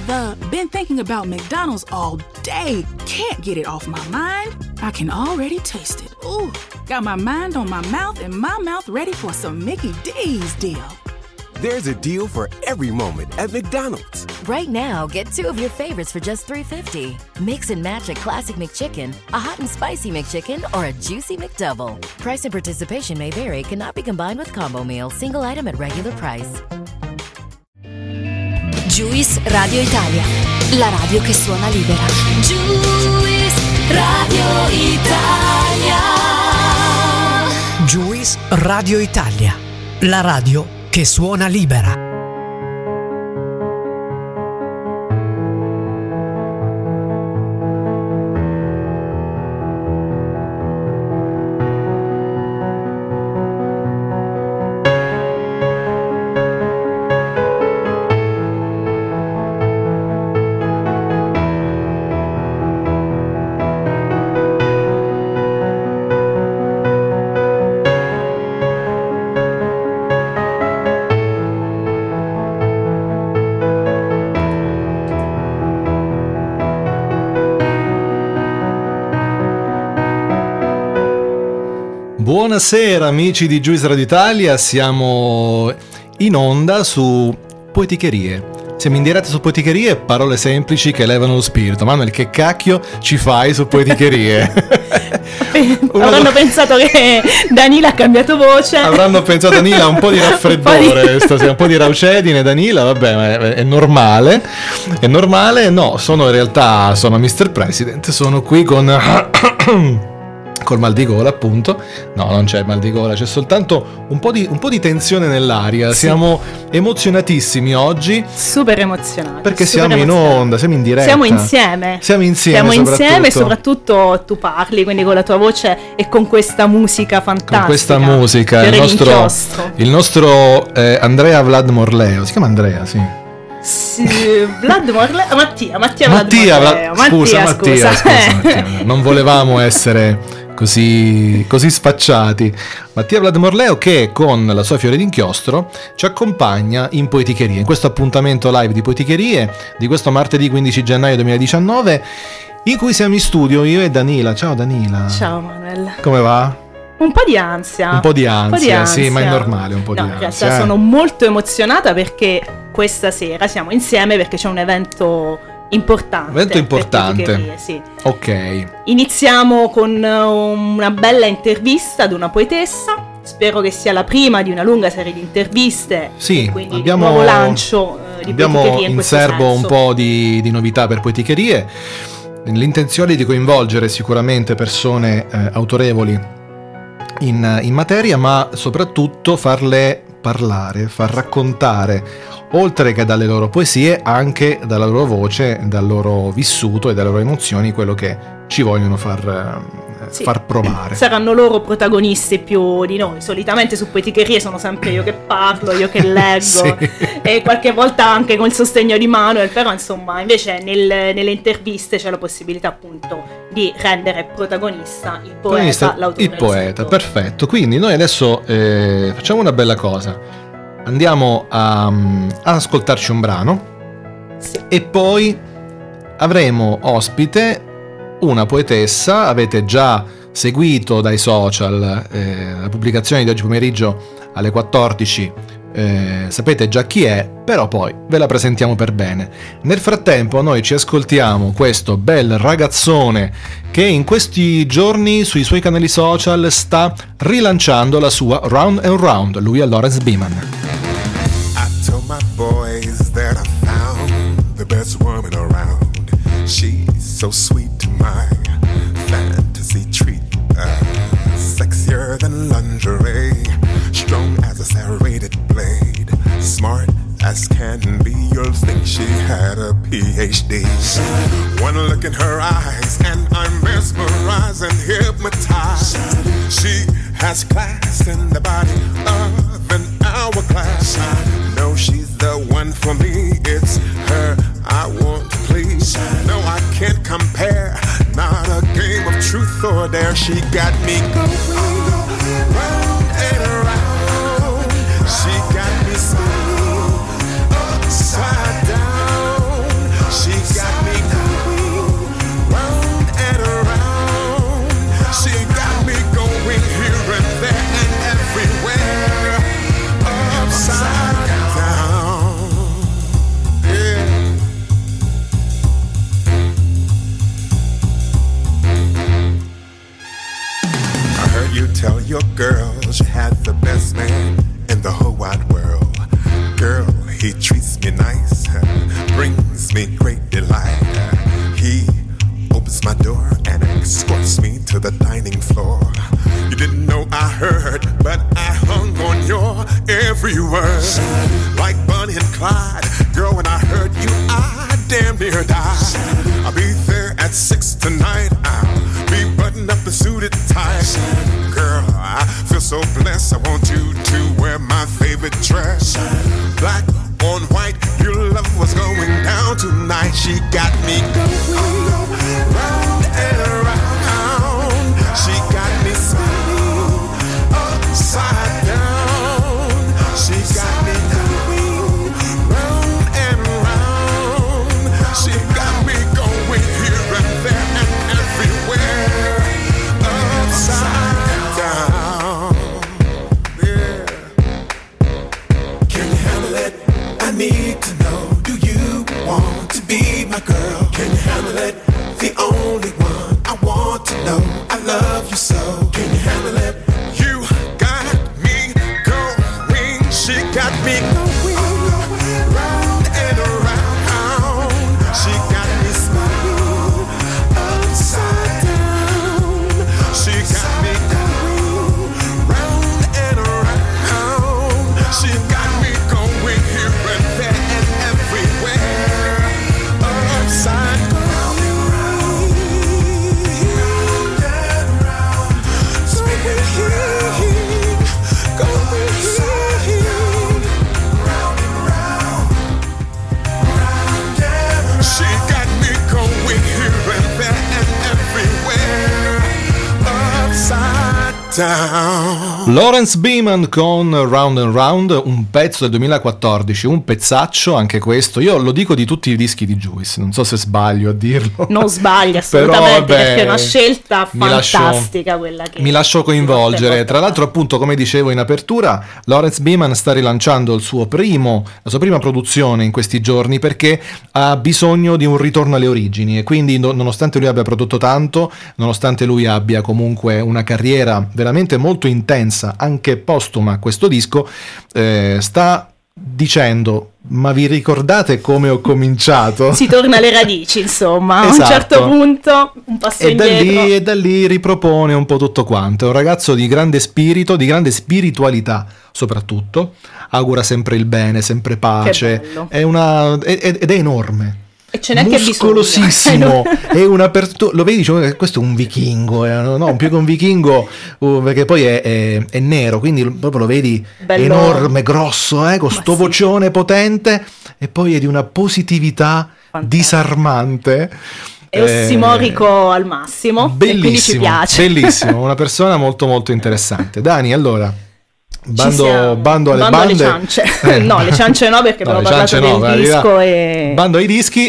Been thinking about McDonald's all day. Can't get it off my mind. I can already taste it. Ooh, got my mind on my mouth and my mouth ready for some Mickey D's deal. There's a deal for every moment at McDonald's. Right now, get 2 of your favorites for just $3.50. Mix and match a classic McChicken, a hot and spicy McChicken, or a juicy McDouble. Price and participation may vary. Cannot be combined with combo meal. Single item at regular price. Juice Radio Italia, la radio che suona libera. Juice Radio Italia. Juice Radio Italia, la radio che suona libera. Buonasera amici di Juice Radio Italia, siamo in onda su Poeticherie. Siamo in diretta su Poeticherie, parole semplici che elevano lo spirito. Manuel, che cacchio ci fai su Poeticherie? Avranno pensato che Danila ha cambiato voce. Avranno pensato Danila un po' di raffreddore stasera, un po' di raucedine. Danila, vabbè, è normale. È normale, no, in realtà sono Mr. President, sono qui con col mal di gola, appunto. No, non c'è mal di gola, c'è soltanto un po' di tensione nell'aria. Sì. Siamo emozionatissimi oggi. Super emozionati. Perché siamo in onda, siamo in diretta. Siamo insieme e soprattutto tu parli, quindi con la tua voce e con questa musica fantastica. Con questa musica, il nostro Andrea Vlad Morleo. Si chiama Andrea, sì. Vlad Morleo, Mattia. Scusa. Non volevamo essere così sfacciati. Mattia Vlad Morleo, che con la sua Fiore d'Inchiostro ci accompagna in Poeticherie, in questo appuntamento live di Poeticherie di questo martedì 15 gennaio 2019, in cui siamo in studio io e Danila. Ciao Danila. Ciao Manuel. Come va? Un po' di ansia, sì, ma è normale, un po' di ansia. In realtà sono molto emozionata perché questa sera siamo insieme perché c'è un evento importante. Sì. Ok. Iniziamo con una bella intervista ad una poetessa. Spero che sia la prima di una lunga serie di interviste. Sì, quindi un nuovo lancio di Poeticherie in questo serbo senso. Un po' di novità per Poeticherie. L'intenzione di coinvolgere sicuramente persone autorevoli in materia, ma soprattutto farle parlare, far raccontare, oltre che dalle loro poesie, anche dalla loro voce, dal loro vissuto e dalle loro emozioni, quello che ci vogliono far provare. Saranno loro protagonisti più di noi. Solitamente su Poeticherie sono sempre io che parlo, io che leggo, sì. E qualche volta anche con il sostegno di Manuel, però insomma invece nelle interviste c'è la possibilità appunto di rendere protagonista il poeta, l'autore. Il poeta, perfetto. Quindi noi adesso facciamo una bella cosa. Andiamo ad ascoltarci un brano, sì. E poi avremo ospite una poetessa. Avete già seguito dai social la pubblicazione di oggi pomeriggio alle 14, sapete già chi è, però poi ve la presentiamo per bene. Nel frattempo noi ci ascoltiamo questo bel ragazzone che in questi giorni sui suoi canali social sta rilanciando la sua Round and Round. Lui è Lawrence Beeman. I told my boys that I found the best woman around. She's so sweet to my fantasy treat, sexier than lingerie, strong as a serrated blade, smart as can be. You'll think she had a PhD. One look in her eyes and I'm mesmerized and hypnotized. She has class in the body of an hourglass. I know she's the one for me. It's her I want to please. No, I can't compare. Not a game of truth or dare. She got me going round and around. She got me spinning upside down. he treats me nice, brings me great delight. He opens my door and escorts me to the dining floor. You didn't know I heard, but I hung on your every word. Like Bonnie and Clyde, girl, when I heard you, I damn near died. I'll be there at 6 tonight. I'll be buttoned up and suited tight. Girl, I feel so blessed. I want you to wear my favorite dress. Black on white, your love was going down tonight. She got me going round and around. She got me spinning upside down. She got me going round and round. She got me going here and there and everywhere upside down. Yeah. Can you handle it? I need to know, do you want to be my girl? Can you handle it? The only one I want to know. I love you so. Can you handle it? You got me going. She got me going round and around. She got me smiling upside down. She got me going round and around. She got me going here and there and everywhere upside down. Lawrence Beeman con Round and Round, un pezzo del 2014, un pezzaccio anche questo. Io lo dico di tutti i dischi di Juice, non so se sbaglio a dirlo. Non sbaglia assolutamente, perché è una scelta fantastica quella che... Mi lascio coinvolgere. Tra l'altro, appunto, come dicevo in apertura, Lawrence Beeman sta rilanciando la sua prima produzione in questi giorni perché ha bisogno di un ritorno alle origini, e quindi nonostante lui abbia prodotto tanto, nonostante lui abbia comunque una carriera veramente molto intensa anche postuma a questo disco, sta dicendo: ma vi ricordate come ho cominciato? Si torna alle radici, insomma. Esatto. A un certo punto un passo indietro e da lì ripropone un po' tutto quanto. È un ragazzo di grande spirito, di grande spiritualità soprattutto, augura sempre il bene, sempre pace, ed è enorme. E ce n'è che muscolosissimo. È lo vedi, cioè, questo è un vichingo, no, più che un vichingo, perché poi è nero, quindi proprio lo vedi bello, enorme, grosso, con sto vocione potente, e poi è di una positività disarmante. È ossimorico al massimo. Bellissimo, e quindi ci piace. Bellissimo, una persona molto molto interessante. Dani, allora bando alle bande. Ciance. No, le ciance no, perché abbiamo parlato del disco e... Bando ai dischi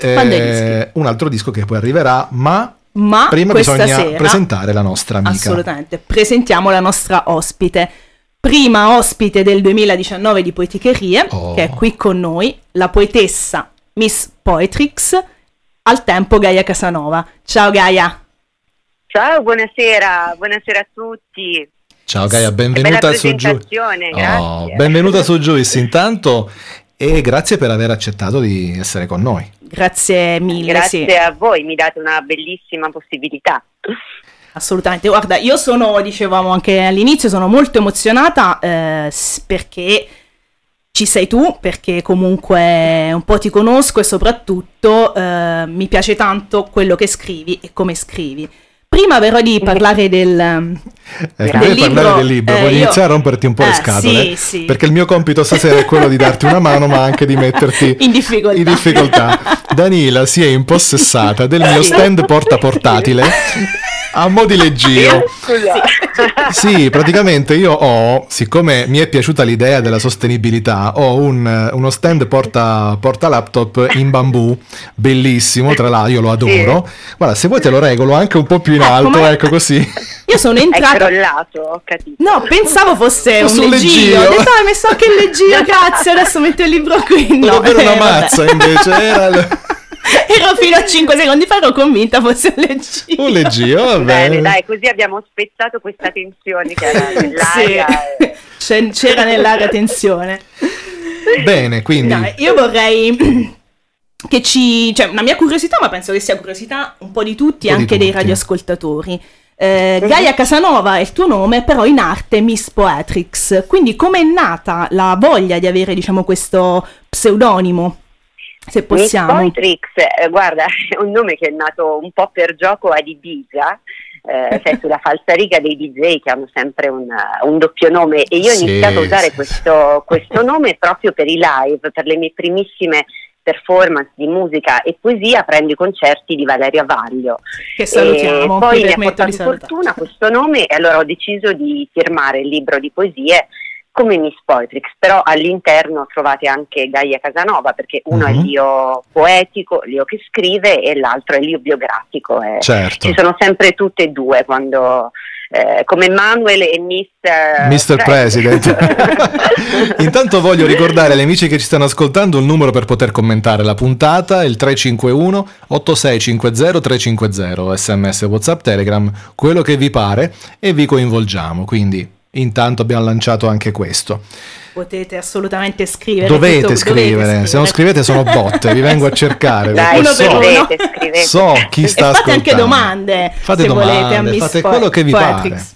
e un altro disco che poi arriverà, ma prima bisogna presentare la nostra amica. Assolutamente, presentiamo la nostra ospite. Prima ospite del 2019 di Poeticherie, che è qui con noi, la poetessa Miss Poetrix, al tempo Gaia Casanova. Ciao Gaia. Ciao, buonasera a tutti. Ciao Gaia, benvenuta su Juice. Grazie. Benvenuta su Juice intanto, e grazie per aver accettato di essere con noi. Grazie mille. Grazie a voi, mi date una bellissima possibilità. Assolutamente, guarda, io dicevamo anche all'inizio, sono molto emozionata perché ci sei tu, perché comunque un po' ti conosco e soprattutto mi piace tanto quello che scrivi e come scrivi. Prima però di parlare del libro, voglio iniziare a romperti un po' le scatole, sì. Perché il mio compito stasera è quello di darti una mano, ma anche di metterti in difficoltà. Danila si è impossessata del mio stand portatile a mo' di leggio. Sì, praticamente io siccome mi è piaciuta l'idea della sostenibilità, ho uno stand porta laptop in bambù, bellissimo, tra l'altro io lo adoro. Guarda, se vuoi te lo regolo anche un po' più in alto, ecco così. Io sono entrata... È crollato, ho capito. No, pensavo fosse un leggio. Ho detto, hai messo anche il leggio, grazie, adesso metto il libro qui. No, per una mazza invece ero fino a 5 secondi fa, ero convinta fosse un leggio. Va bene. Bene, dai, così abbiamo spezzato questa tensione che era nell'aria. Sì. C'era nell'aria tensione. Bene, quindi No, io vorrei che cioè una mia curiosità, ma penso che sia curiosità un po' di tutti, Un po' di anche dei tutti. radioascoltatori. Gaia Casanova è il tuo nome, però in arte Miss Poetrix. Quindi com'è nata la voglia di avere, diciamo, questo pseudonimo? Se possiamo. Miss Poetrix, guarda, è un nome che è nato un po' per gioco ad Ibiza, cioè sulla falsariga dei DJ che hanno sempre un doppio nome, e io ho Sì, iniziato a usare sì. questo nome proprio per i live, per le mie primissime performance di musica e poesia aprendo i concerti di Valerio Avaglio. Che salutiamo, E poi mi mi ha permetto di portato salutare. fortuna questo nome, e allora ho deciso di firmare il libro di poesie come Miss Poetrix, però all'interno trovate anche Gaia Casanova, perché uno è l'io poetico, l'io che scrive, e l'altro è l'io biografico. certo. Ci sono sempre tutte e due, quando come Manuel e Mr. President. Intanto voglio ricordare agli amici che ci stanno ascoltando il numero per poter commentare la puntata, il 351 8650 350, SMS, WhatsApp, Telegram, quello che vi pare, e vi coinvolgiamo. Quindi intanto abbiamo lanciato anche questo. Potete assolutamente scrivere. Dovete scrivere, se non scrivete sono botte, vi vengo a cercare. Dai, perché uno per uno. scrivete. so chi sta E fate ascoltando. anche domande, Fate se domande, volete, a Miss fate quello che vi Poetrix.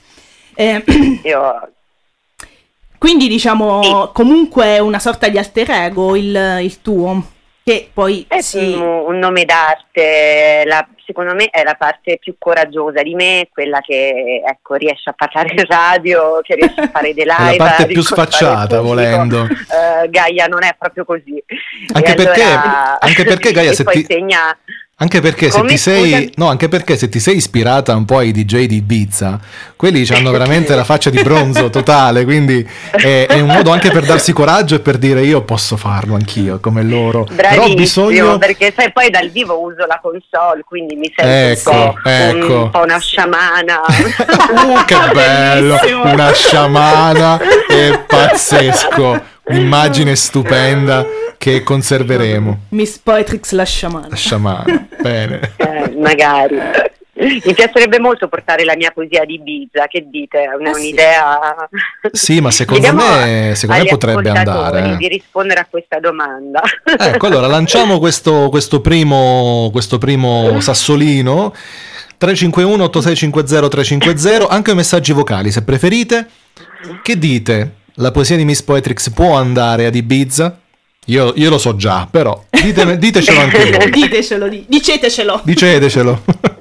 Io Quindi diciamo comunque una sorta di alter ego il tuo, che poi è si... un nome d'arte, secondo me è la parte più coraggiosa di me, quella che riesce a parlare in radio, che riesce a fare dei live. È la parte a più rincontrare il sfacciata, pubblico. volendo. Gaia non è proprio così. Anche E perché- allora- anche perché, Gaia, e se poi ti- segna... Anche perché se Come, ti sei scusami? no, anche perché se ti sei ispirata un po' ai DJ di Ibiza, quelli hanno veramente la faccia di bronzo totale, quindi è un modo anche per darsi coraggio e per dire io posso farlo anch'io come loro. Però ho Bravissimo, bisogno perché sai, poi dal vivo uso la console, quindi mi sento Ecco. un po' una sciamana. che bello, Bellissimo. una sciamana, è pazzesco, un'immagine stupenda che conserveremo. Miss Poetrix la sciamana. La sciamana, bene. Magari. Mi piacerebbe molto portare la mia poesia di Ibiza, che dite? È sì. un'idea. Sì, ma secondo Chiediamo me agli potrebbe ascoltatori andare. di rispondere a questa domanda. Ecco, allora lanciamo questo primo sassolino. 351 8650 350, anche messaggi vocali se preferite. Che dite? La poesia di Miss Poetrix può andare ad Ibiza? Io lo so già, però ditecelo anche voi. Dicetecelo. Dicetecelo.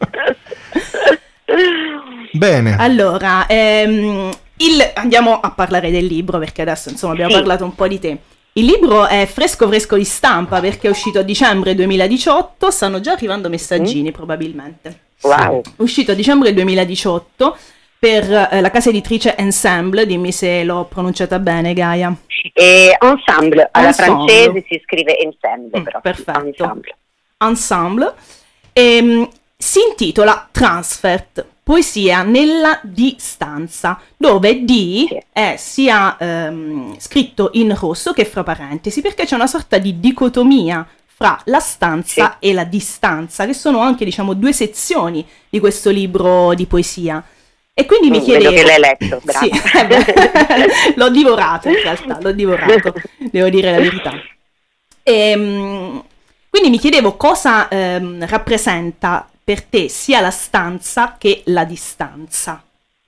Bene. Allora, andiamo a parlare del libro, perché adesso insomma abbiamo Sì. parlato un po' di te. Il libro è fresco di stampa, perché è uscito a dicembre 2018, stanno già arrivando messaggini probabilmente. Wow. È uscito a dicembre 2018 per la casa editrice Ensemble, dimmi se l'ho pronunciata bene, Gaia. E ensemble, alla Ensemble. francese si scrive ensemble, però. Perfetto. Ensemble. Ensemble. Si intitola Transfert, poesia nella distanza, dove D Sì. è sia scritto in rosso che fra parentesi, perché c'è una sorta di dicotomia fra la stanza e la distanza, che sono anche, diciamo, due sezioni di questo libro di poesia. E quindi mi chiedevo... Vedo che l'hai letto, bravo. Sì, l'ho divorato in realtà, devo dire la verità. Quindi mi chiedevo cosa rappresenta per te sia la stanza che la distanza.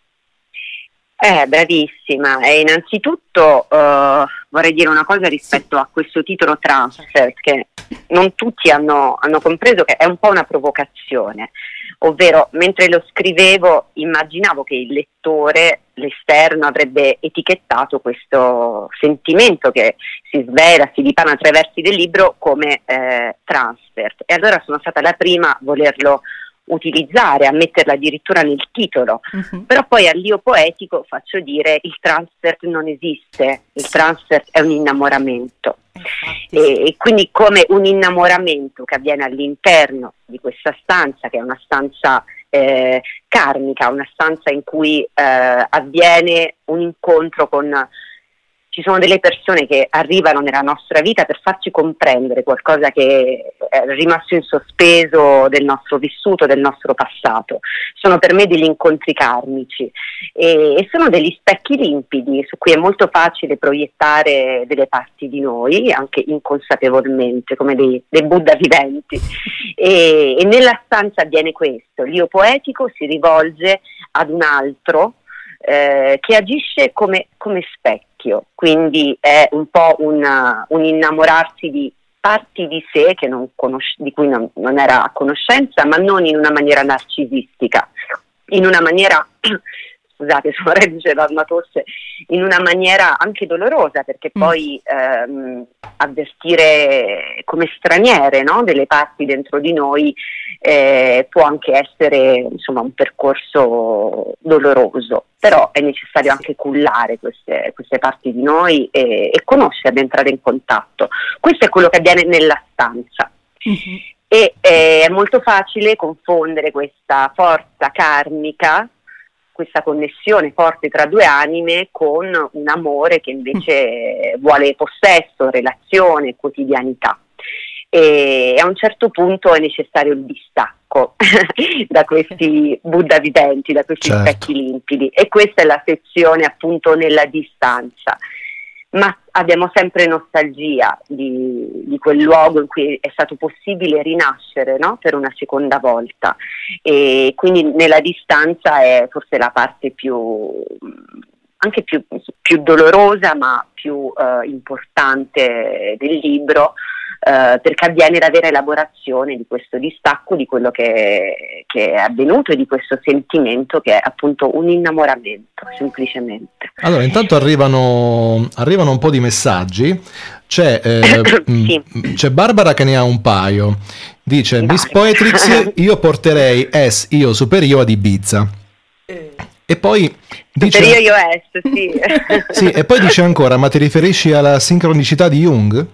Bravissima. E innanzitutto vorrei dire una cosa rispetto a questo titolo Transfert, che non tutti hanno compreso che è un po' una provocazione, ovvero mentre lo scrivevo immaginavo che il lettore, l'esterno, avrebbe etichettato questo sentimento che si svela, si dipana a versi del libro come transfert, e allora sono stata la prima a volerlo utilizzare, a metterla addirittura nel titolo. Però poi all'io poetico faccio dire il transfert non esiste, il transfert è un innamoramento. E quindi come un innamoramento che avviene all'interno di questa stanza, che è una stanza karmica, una stanza in cui avviene un incontro con... Ci sono delle persone che arrivano nella nostra vita per farci comprendere qualcosa che è rimasto in sospeso del nostro vissuto, del nostro passato. Sono per me degli incontri karmici e sono degli specchi limpidi su cui è molto facile proiettare delle parti di noi, anche inconsapevolmente, come dei Buddha viventi. E nella stanza avviene questo: l'io poetico si rivolge ad un altro che agisce come specchio, quindi è un po' un innamorarsi di parti di sé che di cui non era a conoscenza, ma non in una maniera narcisistica, in una maniera scusate, sono reduce da una tosse, in una maniera anche dolorosa, perché poi avvertire come straniere, no, delle parti dentro di noi può anche essere, insomma, un percorso doloroso, però è necessario anche cullare queste parti di noi e conoscerle, entrare in contatto. Questo è quello che avviene nella stanza. Mm-hmm. E è molto facile confondere questa forza karmica, questa connessione forte tra due anime, con un amore che invece vuole possesso, relazione, quotidianità. E a un certo punto è necessario il distacco da questi Buddha viventi, da questi specchi limpidi, e questa è la sezione appunto nella distanza. Ma abbiamo sempre nostalgia di quel luogo in cui è stato possibile rinascere, no? Per una seconda volta, e quindi nella distanza è forse la parte anche più dolorosa, ma più importante del libro, perché avviene la vera elaborazione di questo distacco, di quello che è avvenuto e di questo sentimento che è appunto un innamoramento, semplicemente. Allora, intanto arrivano un po' di messaggi. C'è Barbara che ne ha un paio. Dice: Miss Poetrix, io porterei io superiore ad Ibiza. E poi dice sì. Sì, e poi dice ancora: ma ti riferisci alla sincronicità di Jung?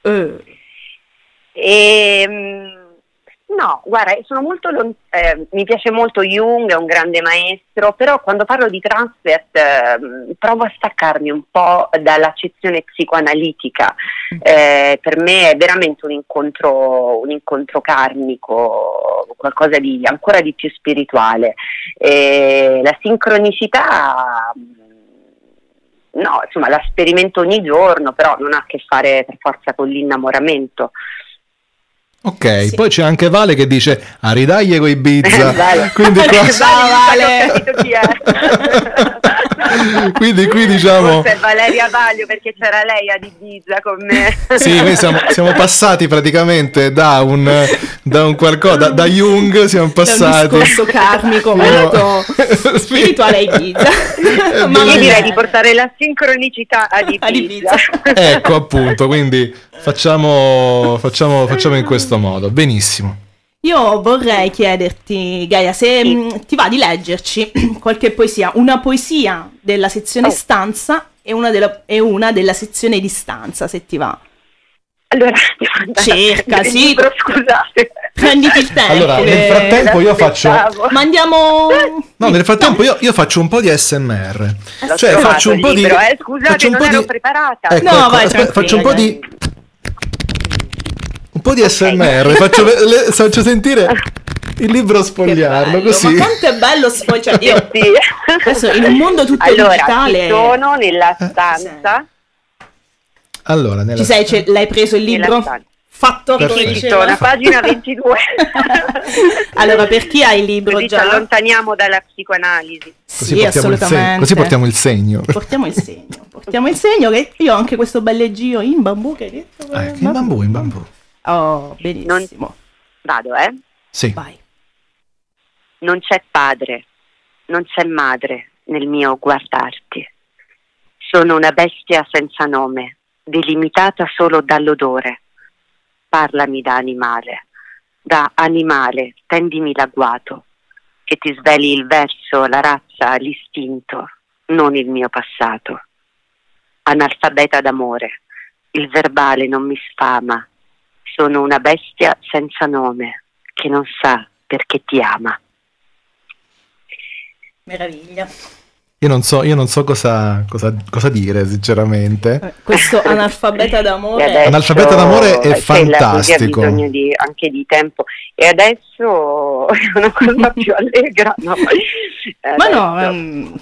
No, guarda, sono molto mi piace molto Jung, è un grande maestro, però quando parlo di transfert provo a staccarmi un po' dall'accezione psicoanalitica. Per me è veramente un incontro karmico, qualcosa di ancora di più spirituale. La sincronicità, no, insomma, la sperimento ogni giorno, però non ha a che fare per forza con l'innamoramento. Ok, sì. Poi c'è anche Vale che dice: a ridaglie con Ibiza. Quindi qua... Vale, ho capito chi è. quindi qui diciamo forse è Valeria Vaglio, perché c'era lei ad Ibiza con me. Sì, noi siamo passati praticamente da un qualcosa, da Jung siamo passati da un discorso karmico molto spirituale a Ibiza. Ma io direi di portare la sincronicità ad Ibiza. Ecco, appunto, quindi facciamo in questo modo. Benissimo. Io vorrei chiederti, Gaia, se ti va di leggerci qualche poesia, una poesia della sezione stanza e una della sezione distanza, se ti va. Allora, cerca, sì. Libro, scusate. Prenditi il tempo. Allora, nel frattempo io faccio... Ma andiamo... No, nel frattempo io faccio un po' di ASMR. Cioè faccio un po' di... Scusate, non ero preparata. Ecco, no, vai, faccio un po' di... Un po' di ASMR, faccio sentire il libro, sfogliarlo così. Ma quanto è bello sfogliare, io adesso in un mondo tutto digitale. Sono nella stanza. Allora, l'hai preso il libro? Fatto una pagina 22. Allora, per chi ha il libro così già? Ci allontaniamo dalla psicoanalisi. Sì, assolutamente. Così portiamo il segno. Portiamo il segno, che io ho anche questo bell'eggio in bambù che hai detto. In bambù. Oh, benissimo. Vado, Sì. Vai. Non c'è padre, non c'è madre nel mio guardarti. Sono una bestia senza nome, delimitata solo dall'odore. Parlami da animale, tendimi l'agguato, che ti sveli il verso, la razza, l'istinto, non il mio passato. Analfabeta d'amore, il verbale non mi sfama. Sono una bestia senza nome, che non sa perché ti ama. Meraviglia. Io non so cosa dire, sinceramente. Questo analfabeta d'amore. Adesso, Analfabeta d'amore è fantastico. Ha bisogno anche di tempo. E adesso è una cosa più allegra. No? Ma no,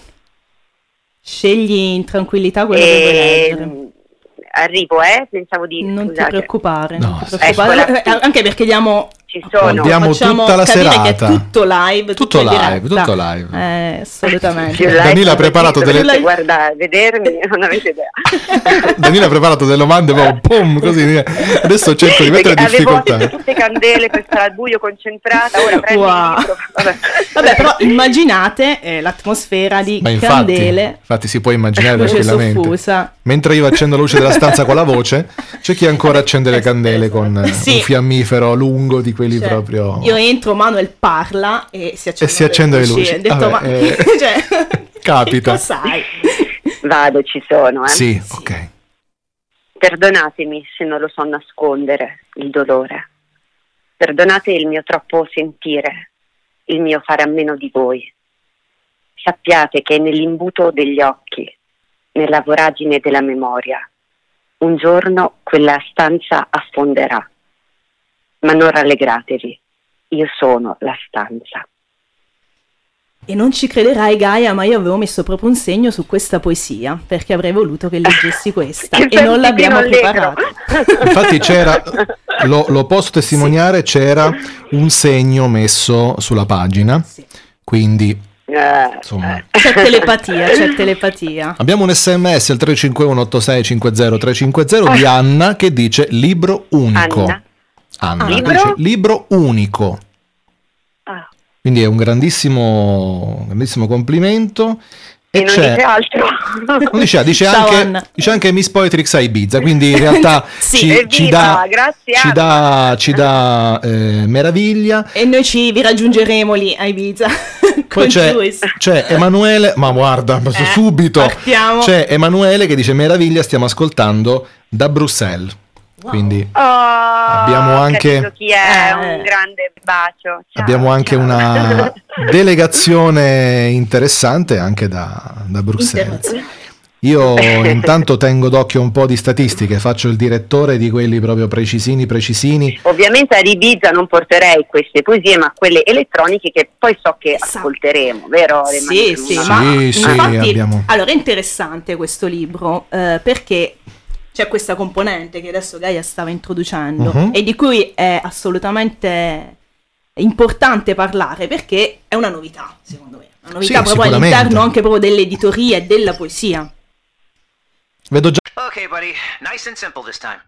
scegli in tranquillità quello che vuoi leggere. Arrivo, pensavo di... Non scusate. ti preoccupare, No, non ti preoccupare. Anche perché ci sono. Abbiamo tutta la serata. Che è tutto live, Tutto in live, diretta. tutto live. Assolutamente. Danilo ha preparato delle... Guarda, vedermi, non avete idea. Danilo ha preparato delle domande, boom, così. Adesso cerco di mettere difficoltà. Avevo tutte candele per stare al buio, concentrata, ora prendo il libro. Vabbè, però immaginate l'atmosfera di candele. Infatti si può immaginare luce tranquillamente. soffusa. Mentre io accendo la luce della stanza con la voce, c'è chi ancora accende le candele con un fiammifero lungo di quelli proprio... Io entro, Manuel parla e si accende le luci. Ho detto, capita. Che sai? Vado, ci sono, Sì, ok. Perdonatemi se non lo so nascondere, il dolore. Perdonate il mio troppo sentire, il mio fare a meno di voi. Sappiate che nell'imbuto degli occhi, nella voragine della memoria, un giorno quella stanza affonderà. Ma non rallegratevi, io sono la stanza. E non ci crederai, Gaia, ma io avevo messo proprio un segno su questa poesia, perché avrei voluto che leggessi questa e non l'abbiamo preparata. Infatti c'era, lo posso testimoniare, c'era un segno messo sulla pagina, quindi insomma. C'è telepatia. Abbiamo un SMS al 351 86 50 350 di Anna che dice libro unico. Anna dice libro unico. Quindi è un grandissimo complimento. E non dice altro. Non dice anche Miss Poetrix a Ibiza, quindi in realtà ci dà meraviglia. E noi vi raggiungeremo lì a Ibiza. Poi c'è Emanuele, ma guarda, subito partiamo. C'è Emanuele che dice meraviglia, stiamo ascoltando da Bruxelles. Quindi abbiamo anche chi è, un grande bacio. Ciao, abbiamo anche una delegazione interessante anche da Bruxelles. Io intanto tengo d'occhio un po' di statistiche, faccio il direttore di quelli proprio precisini. Ovviamente a Ibiza non porterei queste poesie, ma quelle elettroniche che poi so che ascolteremo, vero? Sì, infatti, abbiamo... Allora è interessante questo libro perché c'è questa componente che adesso Gaia stava introducendo e di cui è assolutamente importante parlare perché è una novità, secondo me. Una novità proprio all'interno anche proprio dell'editoria e della poesia. Vedo già. Okay, buddy. Nice and simple this time.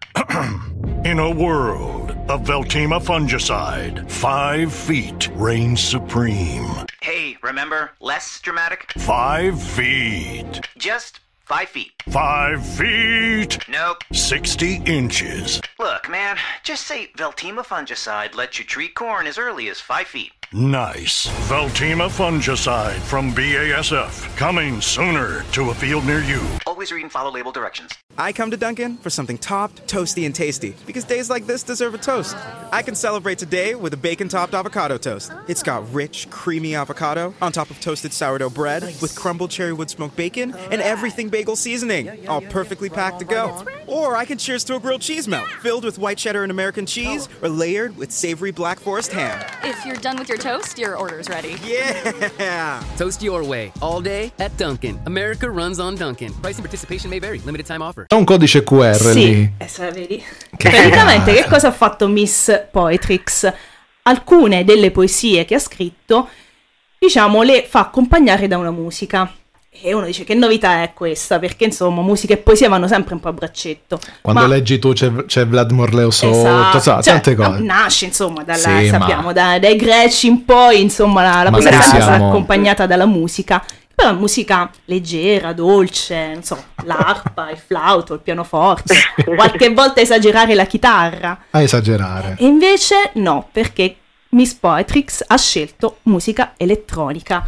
In a world of Veltima fungicide, 5 feet reigns supreme. Hey, remember, less dramatic? 5 feet. Just 5 feet. 5 feet. Nope. 60 inches. Look, man, just say Veltima fungicide lets you treat corn as early as 5 feet. Nice. Veltima fungicide from BASF. Coming sooner to a field near you. Always read and follow label directions. I come to Dunkin' for something topped, toasty, and tasty. Because days like this deserve a toast. I can celebrate today with a bacon-topped avocado toast. It's got rich, creamy avocado on top of toasted sourdough bread with crumbled cherrywood smoked bacon and everything bagel seasoning. All perfectly packed to go. Or I can cheers to a grilled cheese melt filled with white cheddar and American cheese or layered with savory Black Forest ham. If you're done with your toast, your order's ready. Yeah! Toast your way, all day at Dunkin'. America runs on Dunkin'. Price and participation may vary. Limited time offer. C'è un codice QR lì. Vedi. Praticamente che cosa ha fatto Miss Poetrix? Alcune delle poesie che ha scritto, diciamo, le fa accompagnare da una musica. E uno dice che novità è questa, perché insomma musica e poesia vanno sempre un po' a braccetto. Quando leggi tu c'è Vlad Morleo sotto, tante cose. Nasce insomma sappiamo, dai greci in poi, insomma la poesia è stata accompagnata dalla musica. Però è musica leggera, dolce, non so, l'arpa, il flauto, il pianoforte, qualche volta esagerare la chitarra. A esagerare. E invece no, perché Miss Poetrix ha scelto musica elettronica.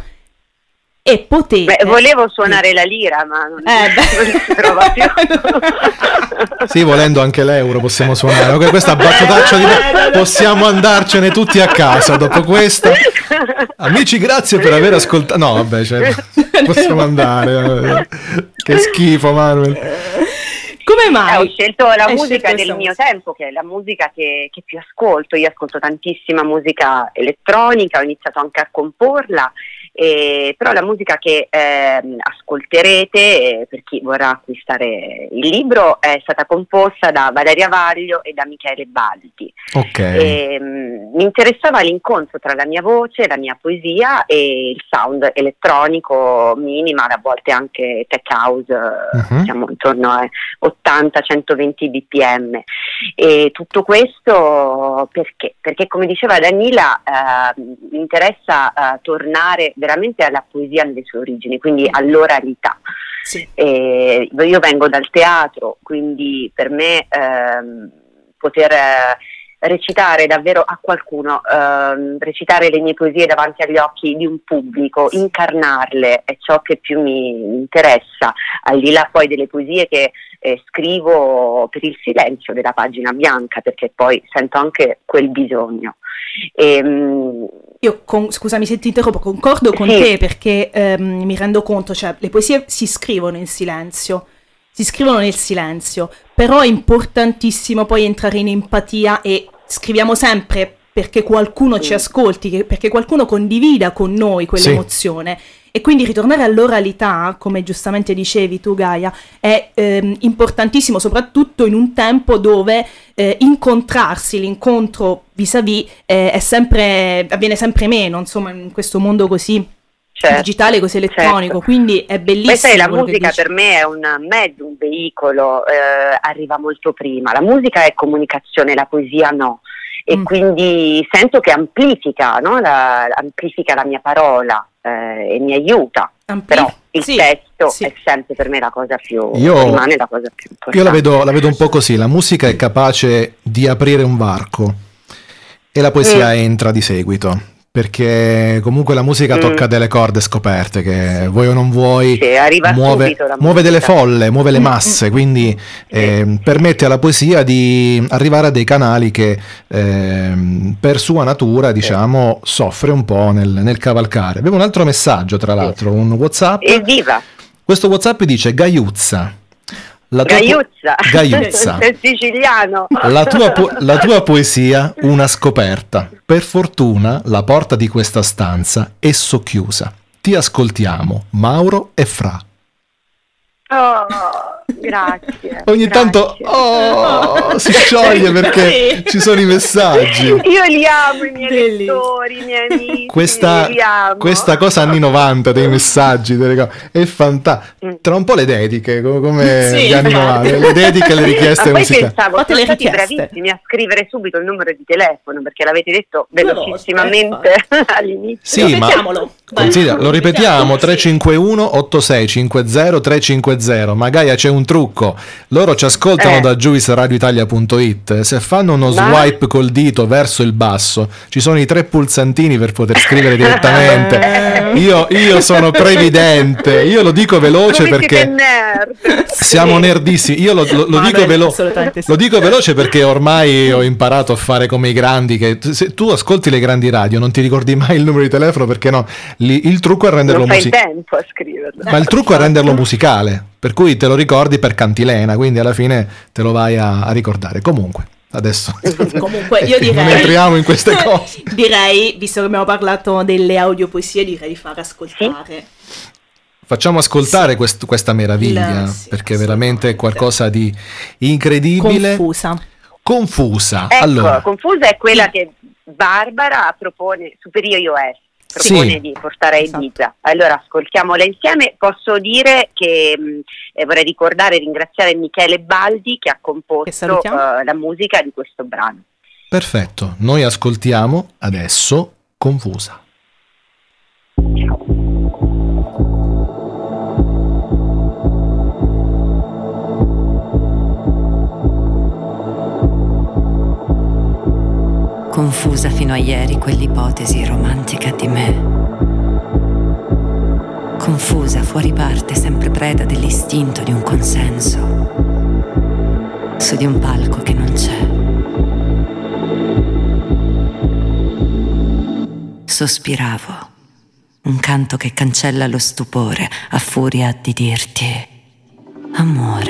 E potete... volevo suonare la lira, ma non si trova più. Sì, volendo anche l'euro possiamo suonare. Ok, questa battutaccia possiamo andarcene tutti a casa dopo questa. Amici, grazie per aver ascoltato. No, vabbè, Possiamo andare. Che schifo, Manuel. Come mai? Ho scelto la musica scelto del mio tempo, che è la musica che più ascolto. Io ascolto tantissima musica elettronica, ho iniziato anche a comporla, però la musica che ascolterete, per chi vorrà acquistare il libro, è stata composta da Valeria Vaglio e da Michele Baldi. Ok. Mi interessava l'incontro tra la mia voce, la mia poesia e il sound elettronico minimal, a volte anche tech house, siamo intorno a 80-120 bpm, e tutto questo perché come diceva Danila, mi interessa tornare veramente alla poesia nelle sue origini, quindi all'oralità. Sì. Io vengo dal teatro, quindi per me poter recitare davvero a qualcuno, recitare le mie poesie davanti agli occhi di un pubblico, incarnarle è ciò che più mi interessa, al di là poi delle poesie che scrivo per il silenzio della pagina bianca, perché poi sento anche quel bisogno. Io scusami se ti interrompo, concordo con te, perché mi rendo conto, cioè le poesie si scrivono nel silenzio, però è importantissimo poi entrare in empatia, e scriviamo sempre perché qualcuno ci ascolti, perché qualcuno condivida con noi quell'emozione. E quindi ritornare all'oralità, come giustamente dicevi tu Gaia, è importantissimo, soprattutto in un tempo dove incontrarsi, l'incontro vis-à-vis avviene sempre meno, insomma, in questo mondo così digitale, così elettronico, quindi è bellissimo. Questa è la musica, per me è un mezzo, un veicolo, arriva molto prima. La musica è comunicazione, la poesia no. E quindi sento che amplifica, no? Amplifica la mia parola e mi aiuta. Però il testo è sempre per me la cosa più rimane la cosa più importante. Io la vedo un po' così, la musica è capace di aprire un varco e la poesia entra di seguito, perché comunque la musica tocca delle corde scoperte che vuoi o non vuoi, muove delle folle, muove le masse, quindi permette alla poesia di arrivare a dei canali che per sua natura, diciamo, soffre un po' nel cavalcare. Avevo un altro messaggio, tra l'altro, un WhatsApp. Evviva! Questo WhatsApp dice: Gaiuzza, Gaiuzza. È siciliano. La tua poesia, una scoperta. Per fortuna la porta di questa stanza è socchiusa. Ti ascoltiamo, Mauro e Fra. Oh, grazie. Ogni tanto si scioglie perché ci sono i messaggi. Io li amo, i miei lettori, i miei amici. Questa cosa anni 90 dei messaggi è fantastico. Tra un po' le dediche, come gli anni 90, le dediche e le richieste musicali. Pensavo, siete stati bravissimi a scrivere subito il numero di telefono, perché l'avete detto velocissimamente all'inizio. Sì, ripetiamolo. Lo ripetiamo: 351 8650 350. Ma Gaia, c'è un trucco: loro ci ascoltano da juiceradioitalia.it. Se fanno uno swipe col dito verso il basso, ci sono i 3 pulsantini per poter scrivere direttamente. Io sono previdente, io lo dico veloce perché siamo nerdissimi. Io lo dico veloce perché ormai ho imparato a fare come i grandi, che se tu ascolti le grandi radio non ti ricordi mai il numero di telefono, perché no, il trucco è renderlo musicale. Non fai tempo a scriverlo. Ma il trucco è renderlo musicale, per cui te lo ricordi per cantilena, quindi alla fine te lo vai a ricordare. Comunque adesso io direi, non entriamo in queste cose. Direi, visto che abbiamo parlato delle audiopoesie, direi di far ascoltare. Facciamo ascoltare questa meraviglia, perché veramente è qualcosa di incredibile. Confusa. Ecco, allora, confusa è quella che Barbara propone, Superior iOS. Propone di portare a Ibiza. Allora ascoltiamola insieme. Posso dire che vorrei ricordare e ringraziare Michele Baldi che ha composto la musica di questo brano. Perfetto, noi ascoltiamo adesso Confusa. Confusa fino a ieri quell'ipotesi romantica di me. Confusa, fuori parte, sempre preda dell'istinto di un consenso. Su di un palco che non c'è. Sospiravo, Un canto che cancella lo stupore a furia di dirti amore.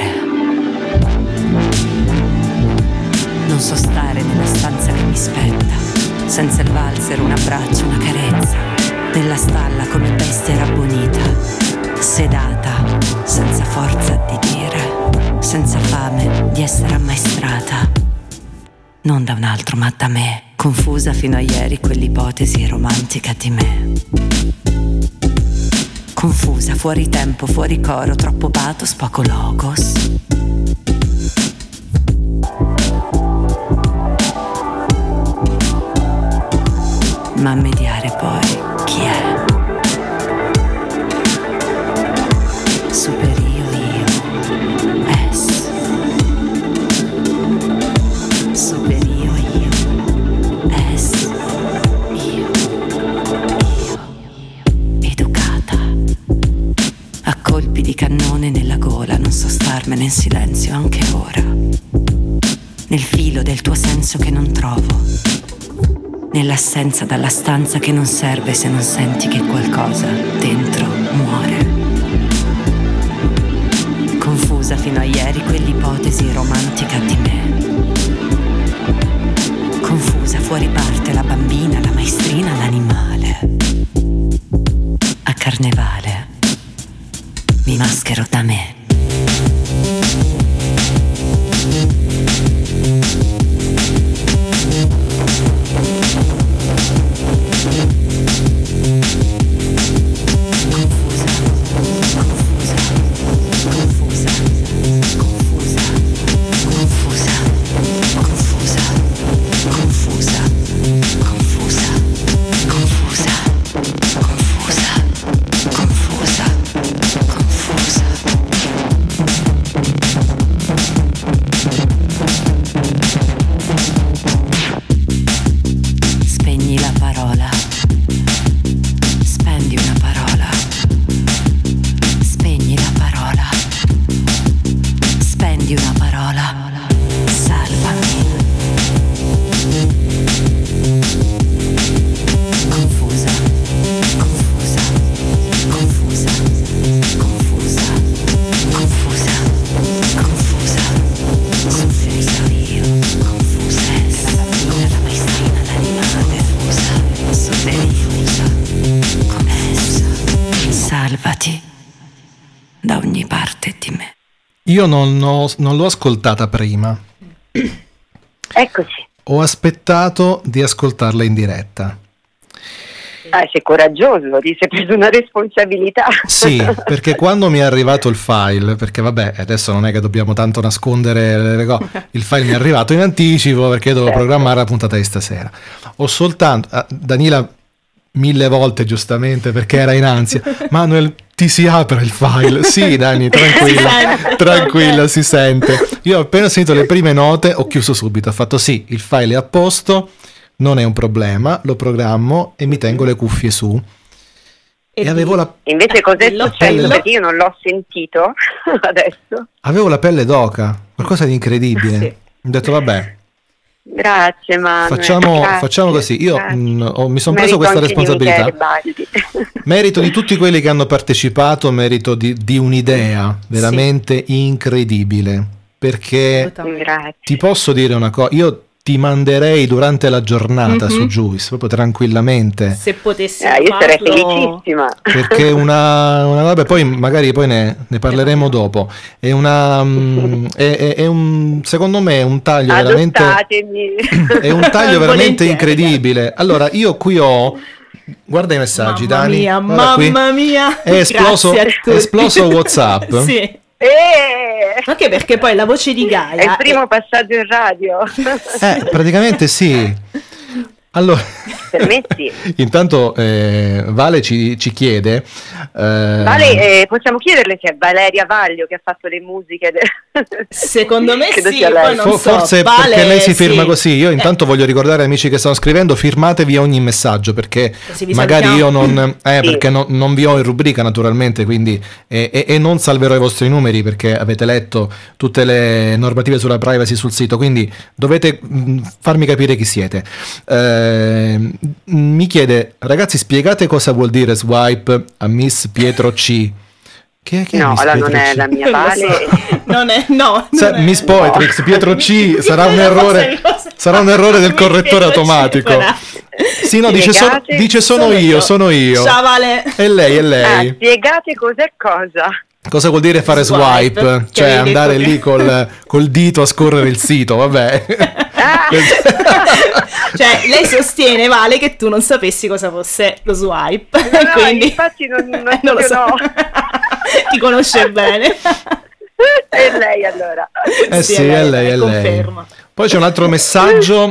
Non so stare nella stanza che mi spetta, senza il valzer, un abbraccio, una carezza, nella stalla come bestia rabbonita, sedata, senza forza di dire, senza fame di essere ammaestrata, non da un altro ma da me, confusa fino a ieri quell'ipotesi romantica di me. Confusa, fuori tempo, fuori coro, troppo pathos, poco logos. Ma a mediare poi chi è? Superio io, es. Superio io, es. Io. Educata. A colpi di cannone nella gola, non so starmene in silenzio anche ora. Nel filo del tuo senso che non trovo. Nell'assenza dalla stanza che non serve se non senti che qualcosa dentro muore. Confusa fino a ieri quell'ipotesi romantica di me. Confusa, fuori parte la bambina, la maestrina, l'animale. A carnevale mi maschero da me. Da ogni parte di me. Io non l'ho ascoltata prima. Eccoci. Ho aspettato di ascoltarla in diretta. Sei coraggioso, ti sei preso una responsabilità. Sì, perché quando mi è arrivato il file, perché vabbè, adesso non è che dobbiamo tanto nascondere le cose, il file mi è arrivato in anticipo perché dovevo programmare la puntata di stasera. Ho soltanto, Daniela 1000 volte giustamente perché era in ansia, Manuel, ti si apre il file? Sì, Dani, tranquilla, si sente. Io ho appena sentito le prime note, ho chiuso subito, ho fatto sì, il file è a posto, non è un problema, lo programmo e mi tengo le cuffie su. E avevo la... Invece cos'è successo? Perché io non l'ho sentito adesso. Avevo la pelle d'oca, qualcosa di incredibile. Sì. Ho detto vabbè. Grazie, Manuel. Facciamo così. Io mi sono preso questa responsabilità. Merito di tutti quelli che hanno partecipato, merito di un'idea veramente incredibile. Perché ti posso dire una cosa, io ti manderei durante la giornata su Juice, proprio tranquillamente. Se potessi io sarei felicissima. Perché vabbè, poi magari ne parleremo dopo. È un secondo me è un taglio veramente è un taglio veramente incredibile. Allora, io qui ho, guarda i messaggi, Dani. Mamma mia. È esploso WhatsApp. Sì. Anche perché poi la voce di Gaia è il primo passaggio in radio. Praticamente sì. Allora, per me sì. Intanto Vale ci chiede Vale, possiamo chiederle se è Valeria Vaglio che ha fatto le musiche secondo me sì, poi non forse so. Vale, perché lei si firma così. Io intanto voglio ricordare agli amici che stanno scrivendo, firmatevi ogni messaggio perché magari io non perché non vi ho in rubrica naturalmente, quindi e non salverò i vostri numeri perché avete letto tutte le normative sulla privacy sul sito, quindi dovete farmi capire chi siete. mi chiede: ragazzi, spiegate cosa vuol dire swipe a Miss Pietro C. Che è no, Miss allora Pietro non è C? la mia Vale. Non è, no. Miss Poetrix, Pietro C sarà un errore. Sarà un errore del correttore automatico. Sì, no, dice sono io. Ciao, Vale. È lei. Spiegate cos'è cosa. Cosa vuol dire fare swipe? Cioè andare lì col dito a scorrere il sito, vabbè. Cioè, lei sostiene, Vale, che tu non sapessi cosa fosse lo swipe. No, quindi infatti non lo so. no. Ti conosce bene. È lei allora. Sì, è lei. Conferma. Poi c'è un altro messaggio,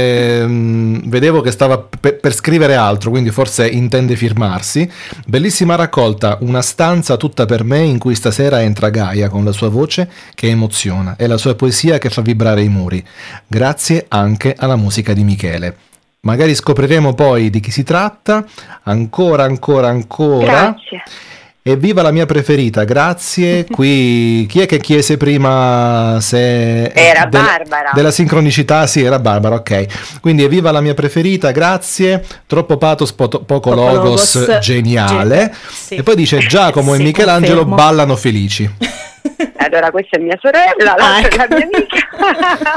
vedevo che stava per scrivere altro, quindi forse intende firmarsi. Bellissima raccolta, una stanza tutta per me in cui stasera entra Gaia con la sua voce che emoziona e la sua poesia che fa vibrare i muri. Grazie anche alla musica di Michele. Magari scopriremo poi di chi si tratta. Ancora. Grazie. Evviva la mia preferita, grazie. Qui chi è che chiese prima se era Barbara della sincronicità? Sì, era Barbara, ok. Quindi evviva la mia preferita, grazie. Troppo pathos, poco logos, geniale. Sì. E poi dice Giacomo e Michelangelo confermo. ballano felici. Allora questa è mia sorella, l'altra è la mia amica.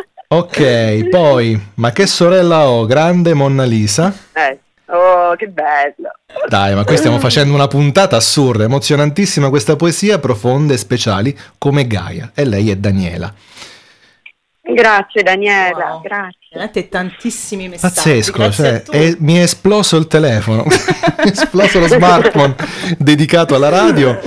Ok, poi ma che sorella ho, grande Monna Lisa. Oh, che bello. Dai, ma qui stiamo facendo una puntata assurda, emozionantissima questa poesia, profonde e speciali come Gaia. E lei è Daniela. Grazie Daniela, Wow. grazie. Veramente tantissimi messaggi. Pazzesco, Grazie cioè, a tutti. mi è esploso il telefono, mi è esploso lo smartphone dedicato alla radio.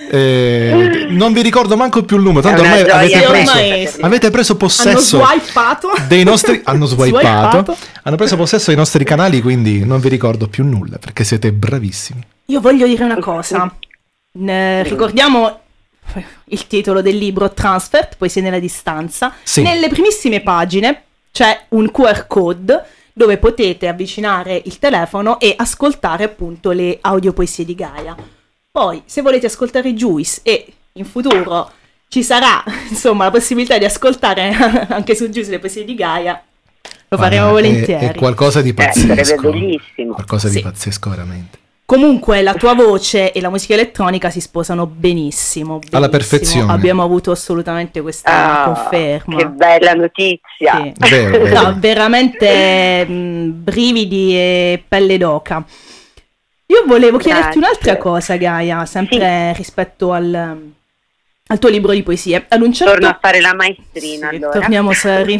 Non vi ricordo manco più il numero, tanto È una ormai gioia. avete preso possesso Hanno swipato dei nostri hanno preso possesso dei nostri canali, quindi non vi ricordo più nulla perché siete bravissimi. Io voglio dire una cosa. Ricordiamo il titolo del libro Transfert, Poesie nella distanza. Sì. Nelle primissime pagine c'è un QR code dove potete avvicinare il telefono e ascoltare appunto le audiopoesie di Gaia. Poi, se volete ascoltare Juice e in futuro ci sarà, insomma, la possibilità di ascoltare anche su Juice le poesie di Gaia, lo faremo volentieri. È qualcosa di pazzesco. Sarebbe bellissimo. Qualcosa di pazzesco veramente. Comunque la tua voce e la musica elettronica si sposano benissimo. Alla perfezione. Abbiamo avuto assolutamente questa conferma. Che bella notizia. Sì. Vero. No, veramente brividi e pelle d'oca. Io volevo chiederti un'altra cosa, Gaia, sempre rispetto al tuo libro di poesie. Ad un certo... Torno a fare la maestrina, allora. Torniamo seri.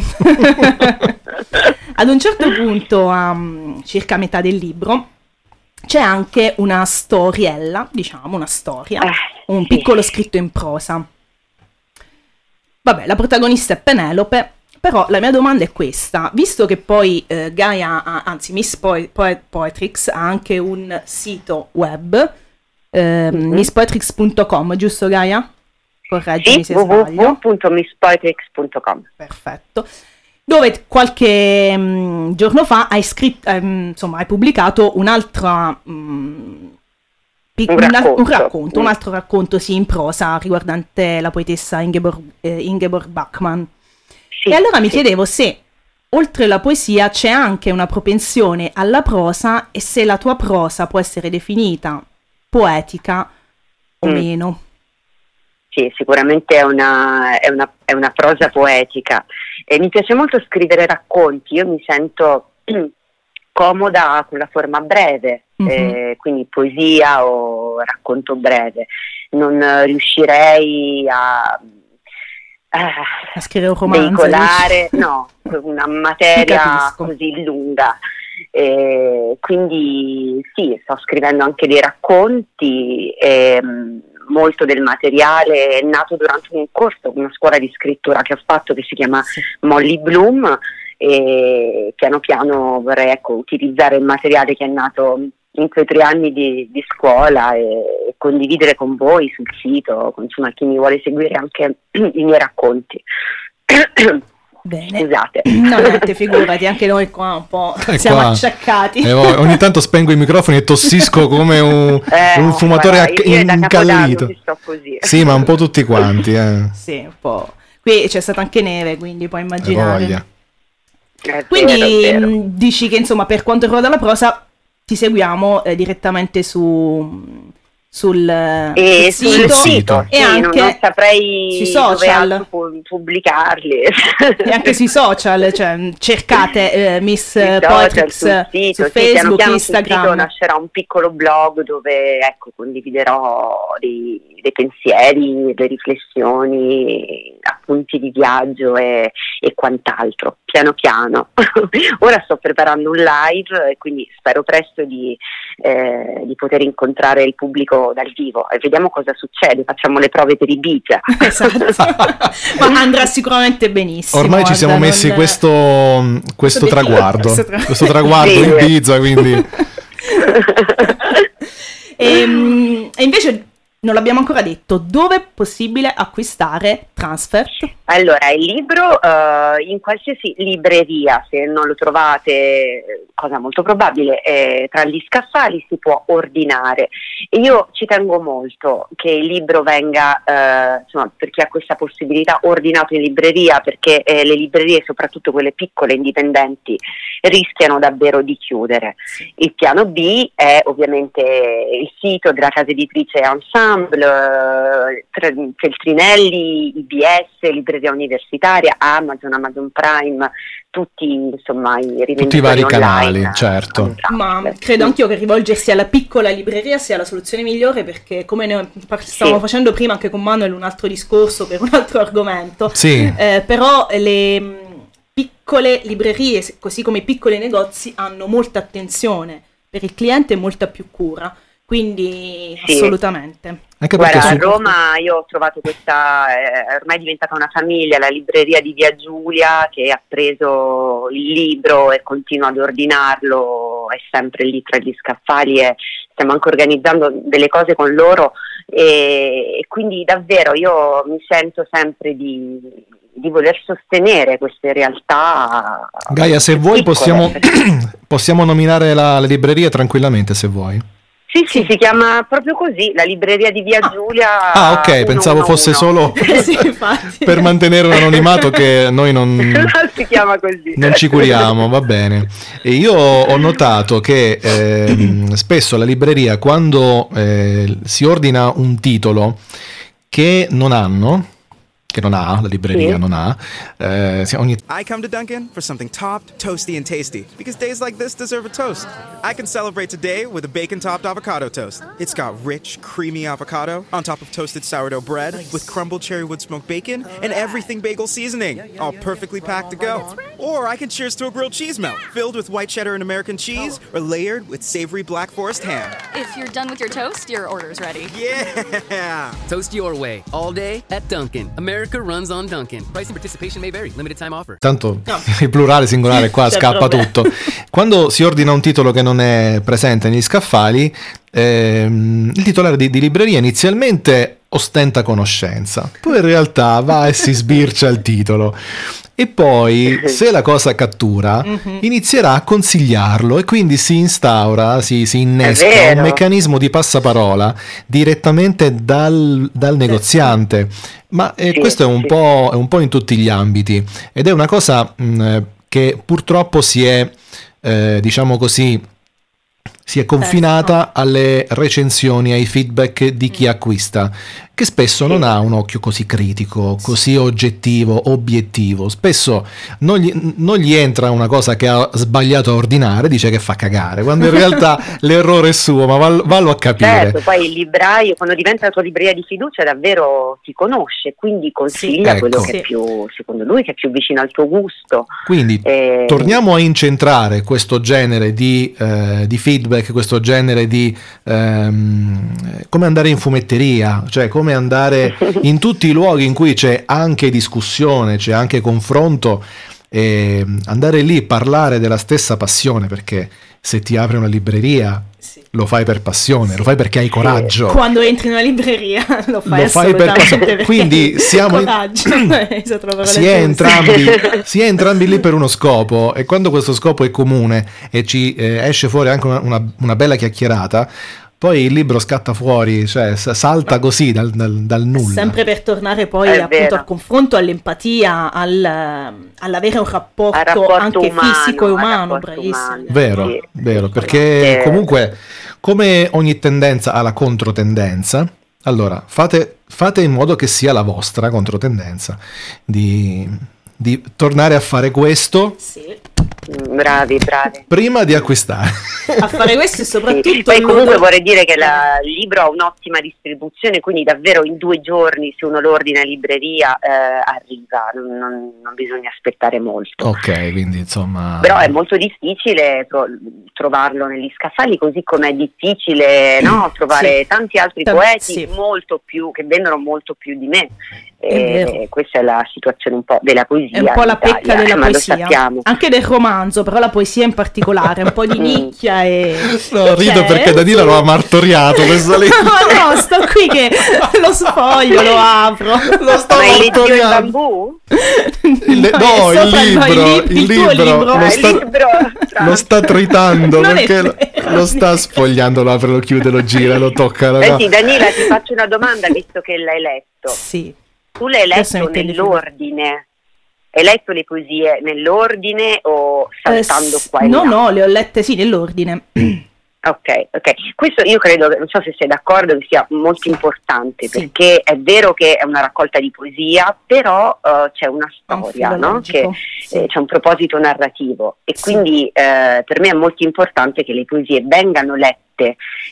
Ad un certo punto, a circa metà del libro, c'è anche una storiella, diciamo, una storia, un piccolo scritto in prosa. Vabbè, la protagonista è Penelope, però la mia domanda è questa. Visto che poi Gaia, anzi Miss Poetrix ha anche un sito web, misspoetrix.com, giusto Gaia? Correggimi se sbaglio. www.misspoetrix.com. Perfetto. Dove qualche giorno fa hai pubblicato un'altra un altro racconto sì, in prosa riguardante la poetessa Ingeborg Bachmann. Sì, e allora mi chiedevo se oltre alla poesia c'è anche una propensione alla prosa e se la tua prosa può essere definita poetica o meno. Sì, sicuramente è una prosa poetica e mi piace molto scrivere racconti. Io mi sento comoda con la forma breve, quindi poesia o racconto breve. Non riuscirei a scrivere un romanzo, veicolare una materia così lunga. Quindi sì, sto scrivendo anche dei racconti. Molto del materiale è nato durante un corso, una scuola di scrittura che ho fatto che si chiama Molly Bloom, e piano piano vorrei utilizzare il materiale che è nato in quei 3 anni di scuola e condividere con voi sul sito, insomma chi mi vuole seguire anche i miei racconti. Bene. Scusate. No, niente, figurati, anche noi qua un po' siamo acciaccati. Ogni tanto spengo i microfoni e tossisco come un fumatore incallito. Sì, ma un po' tutti quanti. Sì, un po'. Qui c'è stata anche neve, quindi puoi immaginare. Quindi dici che insomma per quanto riguarda la prosa ti seguiamo direttamente sul sito e anche non saprei sui social pubblicarli e anche sui social, cioè cercate Miss Poetrix su Facebook, piano Instagram. Sul sito nascerà un piccolo blog dove condividerò dei pensieri, le riflessioni, appunti di viaggio e quant'altro, piano piano. Ora sto preparando un live e quindi spero presto di poter incontrare il pubblico dal vivo e vediamo cosa succede, facciamo le prove per Ibiza. Esatto. Ma andrà sicuramente benissimo. Ormai ci siamo messi questo traguardo, questo traguardo in Ibiza, quindi e invece non l'abbiamo ancora detto, dove è possibile acquistare Transfert? Allora, il libro in qualsiasi libreria, se non lo trovate, cosa molto probabile, tra gli scaffali si può ordinare. E io ci tengo molto che il libro venga, insomma, per chi ha questa possibilità, ordinato in libreria, perché le librerie, soprattutto quelle piccole indipendenti, rischiano davvero di chiudere. Il piano B è ovviamente il sito della casa editrice Ensemble, Feltrinelli, IBS, Libreria Universitaria, Amazon Prime, tutti insomma tutti i vari online, canali, certo. Ma credo anch'io che rivolgersi alla piccola libreria sia la soluzione migliore, perché come ne stavamo facendo prima anche con Manuel, un altro discorso per un altro argomento, però le piccole librerie, così come i piccoli negozi, hanno molta attenzione per il cliente e molta più cura. Quindi assolutamente. Anche guarda, a Roma io ho trovato questa, ormai è diventata una famiglia, la libreria di Via Giulia, che ha preso il libro e continua ad ordinarlo, è sempre lì tra gli scaffali e stiamo anche organizzando delle cose con loro e quindi davvero io mi sento sempre di voler sostenere queste realtà. Gaia, se vuoi possiamo nominare la libreria tranquillamente, se vuoi. Sì, si chiama proprio così, la libreria di Via Giulia. Ah, ok, pensavo fosse solo per mantenere un anonimato che noi non si chiama così. Non ci curiamo, va bene. E io ho notato che spesso la libreria, quando si ordina un titolo che non ha, la libreria non ha. I come to Dunkin' for something topped, toasty, and tasty. Because days like this deserve a toast. I can celebrate today with a bacon-topped avocado toast. It's got rich, creamy avocado on top of toasted sourdough bread with crumbled cherry wood smoked bacon and everything bagel seasoning, all perfectly packed to go. Or I can cheers to a grilled cheese melt filled with white cheddar and American cheese or layered with savory Black Forest ham. If you're done with your toast, your order's ready. Yeah! Toast your way all day at Dunkin'. America runs on Dunkin'. Price and participation may vary. Limited time offer. Tanto il plurale singolare qua scappa tutto. Quando si ordina un titolo che non è presente negli scaffali, il titolare di libreria inizialmente ostenta conoscenza, poi in realtà va e si sbircia il titolo e poi, se la cosa cattura, inizierà a consigliarlo e quindi si instaura, si innesca un meccanismo di passaparola direttamente dal negoziante. Ma questo è un po' in tutti gli ambiti ed è una cosa che purtroppo si è, diciamo così, si è confinata alle recensioni, ai feedback di chi acquista, che spesso non ha un occhio così critico, così oggettivo, obiettivo. Spesso non gli entra una cosa che ha sbagliato a ordinare, dice che fa cagare, quando in realtà l'errore è suo, ma vallo a capire. Certo, poi il libraio, quando diventa la tua libreria di fiducia, davvero ti conosce, quindi consiglia quello che è più, secondo lui, che è più vicino al tuo gusto. Quindi torniamo a incentrare questo genere di feedback, questo genere di come andare in fumetteria, cioè come andare in tutti i luoghi in cui c'è anche discussione, c'è anche confronto, e andare lì, parlare della stessa passione, perché se ti apri una libreria lo fai per passione, lo fai perché hai coraggio. Quando entri in una libreria lo fai per passione. Quindi si è entrambi lì per uno scopo, e quando questo scopo è comune e ci esce fuori anche una bella chiacchierata, poi il libro scatta fuori, cioè salta così dal nulla. Sempre per tornare poi appunto al confronto, all'empatia, all'avere un rapporto anche umano, fisico e umano, bravissimo. Vero, Sì. vero, perché comunque come ogni tendenza ha la controtendenza, allora fate in modo che sia la vostra controtendenza di tornare a fare questo. Sì. Bravi. Prima di acquistare. A fare questo e soprattutto... Sì. Poi comunque vorrei dire che il libro ha un'ottima distribuzione, quindi davvero in 2 giorni, se uno lo ordina in libreria, arriva, non bisogna aspettare molto. Ok, quindi insomma... Però è molto difficile trovarlo negli scaffali, così come è difficile trovare tanti altri poeti molto più, che vendono molto più di me. Questa è la situazione un po' della poesia. È un po' la pecca della ma poesia, lo sappiamo. anche del romanzo, però la poesia in particolare, un po' di nicchia e... No, rido perché Danilo lo ha martoriato questo libro. No, sto qui che lo sfoglio, lo apro. Lo sto Ma è il martoriando. bambù? Il libro lo sta tritando Non è perché lo sta sfogliando, lo apre, lo chiude, lo gira, lo tocca. Sì, Danila, ti faccio una domanda visto che l'hai letto. Sì. Tu l'hai Questo letto mi intende nell'ordine? Hai letto le poesie nell'ordine o saltando qua e là? No, le ho lette sì nell'ordine. Ok. Questo io credo, non so se sei d'accordo, che sia molto importante, perché è vero che è una raccolta di poesia, però c'è una storia, no? Che c'è un proposito narrativo e quindi per me è molto importante che le poesie vengano lette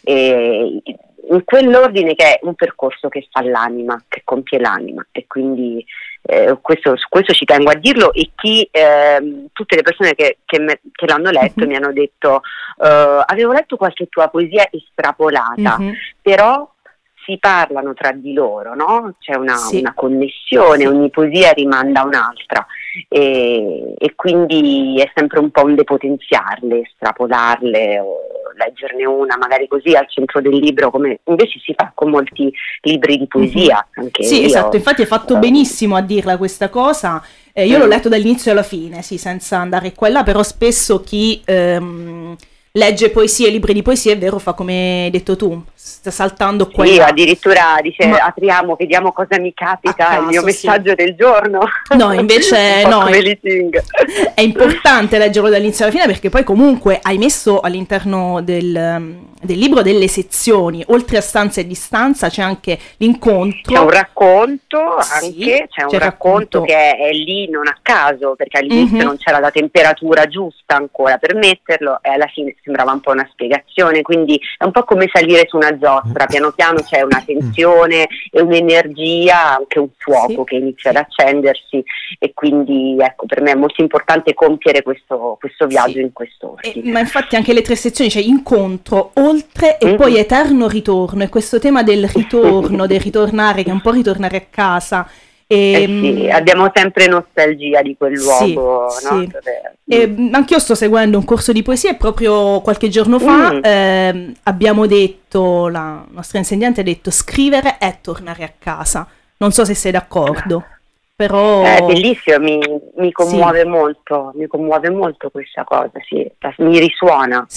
in quell'ordine che è un percorso che fa l'anima, che compie l'anima, e quindi su questo ci tengo a dirlo, e tutte le persone che l'hanno letto mi hanno detto avevo letto qualche tua poesia estrapolata, però si parlano tra di loro, no? C'è una connessione, ogni poesia rimanda a un'altra e quindi è sempre un po' un depotenziarle, estrapolarle o leggerne una magari così al centro del libro, come invece si fa con molti libri di poesia. Anche io, esatto, infatti hai fatto benissimo a dirla questa cosa. Io l'ho letto dall'inizio alla fine, senza andare qua e là, però spesso chi legge poesie, libri di poesie, è vero, fa come hai detto tu, sta saltando qua e là. Addirittura dice apriamo, vediamo cosa mi capita, caso, il mio messaggio del giorno. No, invece no, è importante leggerlo dall'inizio alla fine, perché poi comunque hai messo all'interno del libro sezioni, oltre a stanza e distanza c'è anche l'incontro. C'è un racconto anche, c'è un racconto che è lì non a caso, perché all'inizio non c'era la temperatura giusta ancora per metterlo e alla fine sembrava un po' una spiegazione, quindi è un po' come salire su una giostra, piano piano c'è una tensione e un'energia, anche un fuoco che inizia ad accendersi, e quindi ecco, per me è molto importante compiere questo viaggio in quest'ordine. Ma infatti anche le 3 sezioni, c'è incontro, oltre e poi eterno ritorno, e questo tema del ritorno, del ritornare, che è un po' ritornare a casa. Sì, abbiamo sempre nostalgia di quel luogo, no? Anch'io sto seguendo un corso di poesia e proprio qualche giorno fa abbiamo detto, la nostra insegnante ha detto: scrivere è tornare a casa. Non so se sei d'accordo, però è bellissimo, mi commuove molto, questa cosa, mi risuona.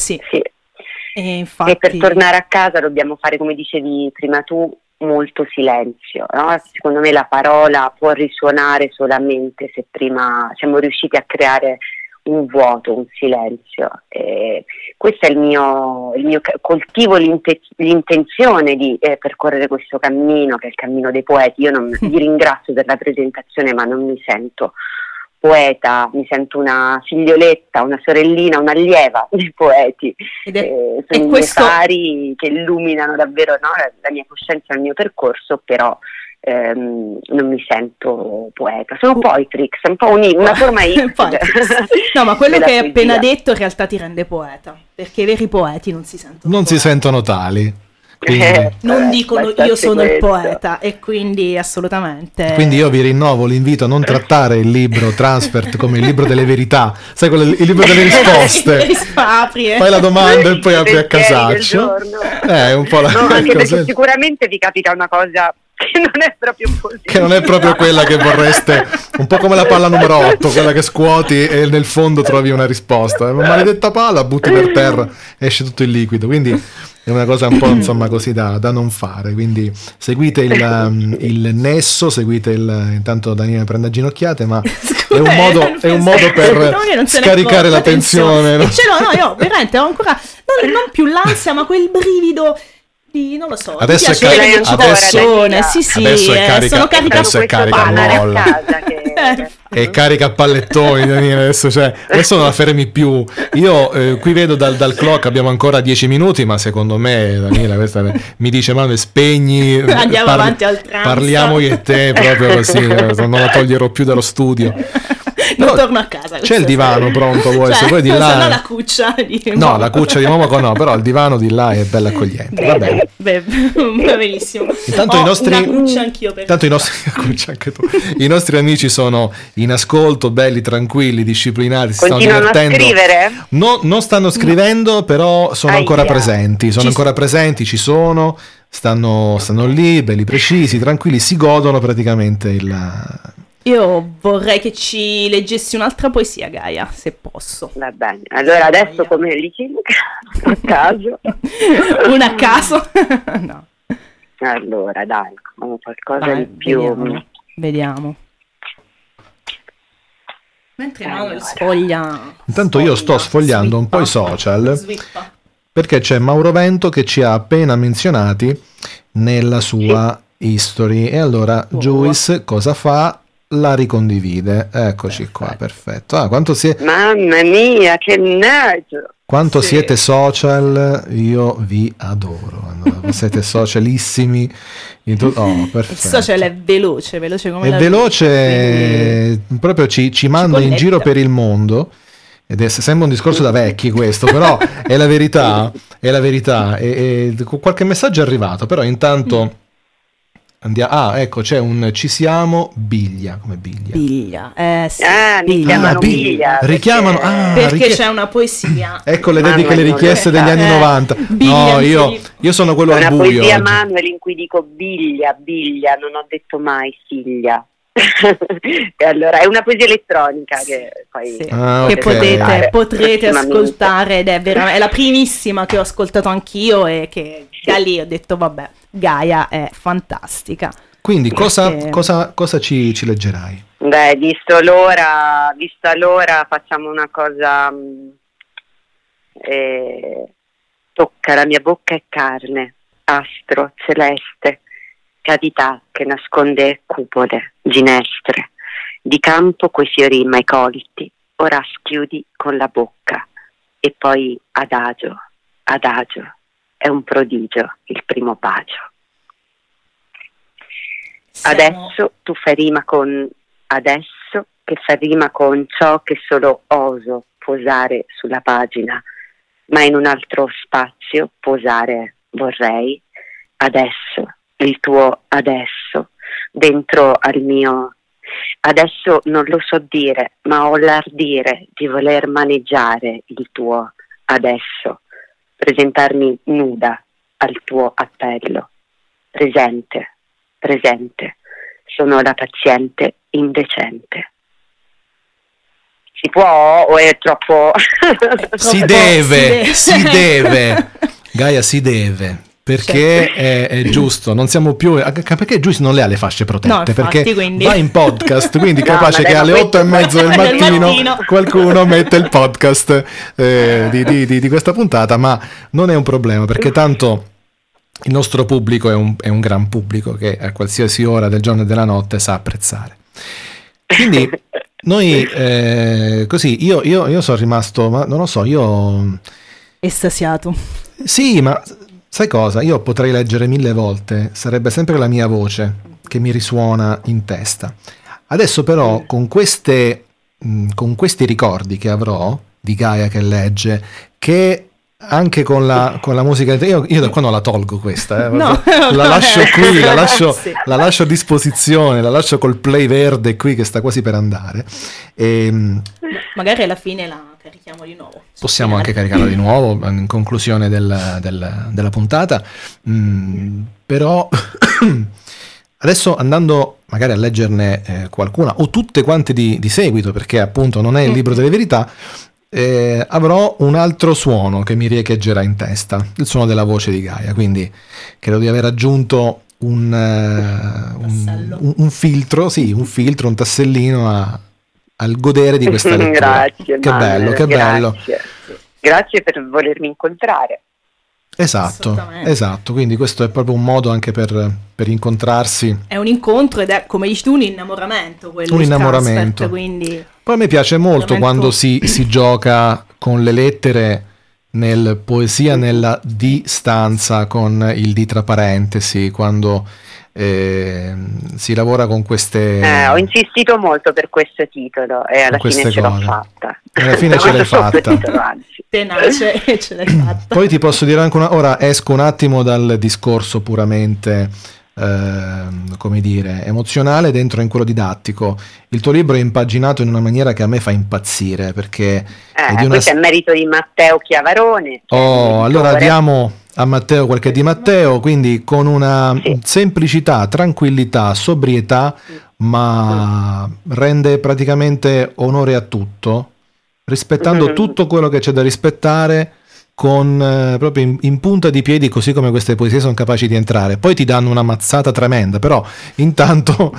E infatti... E per tornare a casa dobbiamo fare, come dicevi prima tu, molto silenzio, no? Secondo me la parola può risuonare solamente se prima siamo riusciti a creare un vuoto, un silenzio. Questo è il mio coltivo l'intenzione di percorrere questo cammino, che è il cammino dei poeti. Io non vi ringrazio per la presentazione, ma non mi sento poeta, mi sento una figlioletta, una sorellina, un'allieva dei poeti. Sono i miei fari che illuminano davvero, no, la mia coscienza, il mio percorso, però non mi sento poeta, sono poetrix, un po' una forma no, ma quello che hai appena detto in realtà ti rende poeta, perché i veri poeti non si sentono tali. Non dicono io sono il poeta, e quindi assolutamente. Quindi io vi rinnovo l'invito a non trattare il libro Transfert come il libro delle verità, sai, il libro delle risposte. Fai la domanda e poi apri a casaccio. È un po' anche perché sicuramente vi capita una cosa che non è proprio così. Che non è proprio quella che vorreste, un po' come la palla numero 8, quella che scuoti e nel fondo trovi una risposta. Una maledetta palla, butti per terra, esce tutto il liquido. Quindi è una cosa un po', insomma, così da non fare. Quindi seguite il nesso, seguite intanto Daniele prende a ginocchiate, ma è un modo per scaricare la tensione. No? Ce l'ho, no, io veramente ho ancora non più l'ansia, ma quel brivido di, non lo so, adesso sì, sono carica, adesso è carica a molla. È carica a pallettoni, Daniele, adesso non la fermi più. Io qui vedo dal clock abbiamo ancora 10 minuti, ma secondo me, Daniele, questa mi dice Manuel, spegni, andiamo avanti al trans. Parliamo io e te proprio così, non la toglierò più dallo studio. Non torno a casa. C'è il divano pronto, vuoi? Se vuoi di là. No, la cuccia di No, la cuccia di Momoco no, però il divano di là è bello accogliente. Va bene. Benissimo. Intanto una cuccia anch'io per cuccia anche tu. I nostri amici sono in ascolto, belli, tranquilli, disciplinati, si stanno divertendo. Continuano a scrivere? No, non stanno scrivendo, però sono ancora presenti. Ci sono, stanno lì, belli precisi, tranquilli, si godono praticamente Io vorrei che ci leggessi un'altra poesia, Gaia, se posso. Va bene, allora adesso come dici a caso. Una a caso? No. Allora dai, qualcosa di più. Vediamo. Mentre Manuel sfoglia. Intanto io sto sfogliando un po' i social, perché c'è Mauro Vento che ci ha appena menzionati nella sua history, e allora Juice cosa fa? La ricondivide, eccoci qua, perfetto. Mamma mia, che nerd! Quanto siete social, io vi adoro. Siete socialissimi. Perfetto. Il social è veloce come la veloce, proprio ci manda in giro per il mondo. Ed sembra un discorso da vecchi questo, però è la verità. E qualche messaggio è arrivato, però intanto andiamo. Ecco, c'è un ci siamo Biglia, come Biglia. Sì. Mi chiamano Biglia. Richiamano perché c'è una poesia. Ecco le richieste degli anni 90. No, io sono quello al buio. Una poesia Manuel in cui dico Biglia, non ho detto mai figlia. E allora è una poesia elettronica che poi che potrete ascoltare, ed è la primissima che ho ascoltato anch'io, e che da lì ho detto vabbè, Gaia è fantastica. Quindi cosa ci leggerai? Beh, vista l'ora facciamo una cosa, tocca la mia bocca è carne, astro celeste, cavità che nasconde cupole, ginestre, di campo quei fiori mai colti, ora schiudi con la bocca, e poi adagio, è un prodigio il primo bacio. Adesso tu fai rima con adesso, che fa rima con ciò che solo oso posare sulla pagina, ma in un altro spazio posare vorrei adesso. Il tuo adesso, dentro al mio adesso non lo so dire, ma ho l'ardire di voler maneggiare il tuo adesso, presentarmi nuda al tuo appello, presente, sono la paziente indecente. Si può o è troppo? Si deve. Gaia, si deve. Perché è giusto, non siamo più. Perché Giuseppe non le ha le fasce protette? No, infatti, perché quindi va in podcast, quindi capace che alle 8:30 del mattino qualcuno mette il podcast di questa puntata, ma non è un problema, perché tanto il nostro pubblico è un gran pubblico che a qualsiasi ora del giorno e della notte sa apprezzare. Quindi noi così io sono rimasto, ma non lo so, estasiato. Sì, ma sai cosa? Io potrei leggere 1000 volte, sarebbe sempre la mia voce che mi risuona in testa. Adesso però con questi ricordi che avrò di Gaia che legge, che anche con la musica, io da qua non la tolgo questa, la lascio qui, la lascio a disposizione, la lascio col play verde qui che sta quasi per andare. Magari alla fine la carichiamo di nuovo. Possiamo anche caricarla di nuovo in conclusione della puntata, però Adesso, andando magari a leggerne qualcuna o tutte quante di seguito, perché appunto non è il libro delle verità, avrò un altro suono che mi riecheggerà in testa, il suono della voce di Gaia, quindi credo di aver aggiunto un filtro, un tassellino al godere di questa lettura. Grazie, che bello, che bello. Grazie per volermi incontrare. Esatto, quindi questo è proprio un modo anche per incontrarsi. È un incontro ed è, come dici tu, un innamoramento. Un innamoramento. Quindi poi a me piace molto quando si gioca con le lettere nel poesia, nella distanza, con il di tra parentesi, quando si lavora con queste... Ho insistito molto per questo titolo e alla fine ce l'ho fatta. Alla fine ce l'hai fatta. Tenace, ce l'hai fatta. Poi ti posso dire anche ora esco un attimo dal discorso puramente come dire emozionale, dentro in quello didattico. Il tuo libro è impaginato in una maniera che a me fa impazzire, perché questo è merito di Matteo Chiavarone. Allora diamo a Matteo qualche di Matteo, quindi con una semplicità, tranquillità, sobrietà, ma rende praticamente onore a tutto, rispettando tutto quello che c'è da rispettare, con proprio in punta di piedi, così come queste poesie sono capaci di entrare. Poi ti danno una mazzata tremenda, però intanto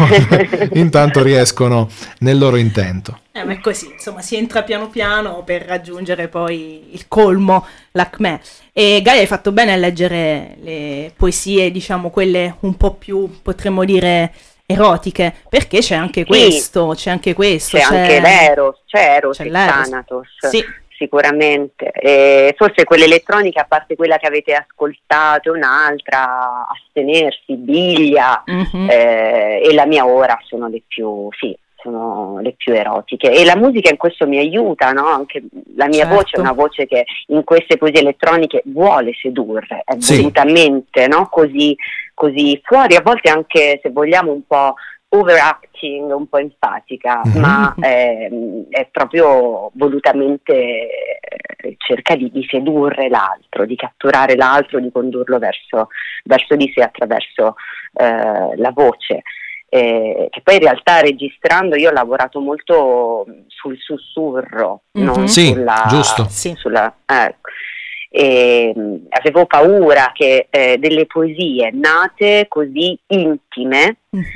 riescono nel loro intento. Ma è così, insomma, si entra piano piano per raggiungere poi il colmo, l'acmè. E Gaia, hai fatto bene a leggere le poesie, diciamo quelle un po' più, potremmo dire, erotiche, perché c'è anche questo, c'è anche l'Eros, c'è Thanatos. Sì. Sicuramente, forse quelle elettroniche, a parte quella che avete ascoltato, un'altra, Astenersi, Biglia, e la mia ora sono le più erotiche, e la musica in questo mi aiuta, no? Anche la mia voce è una voce che in queste poesie elettroniche vuole sedurre, è volutamente, no? Così fuori, a volte anche, se vogliamo, un po' overacting, un po' empatica, ma è proprio volutamente cerca di sedurre l'altro, di catturare l'altro, di condurlo verso di sé attraverso la voce. Che poi in realtà, registrando, io ho lavorato molto sul sussurro, non giusto. E avevo paura che delle poesie nate così intime,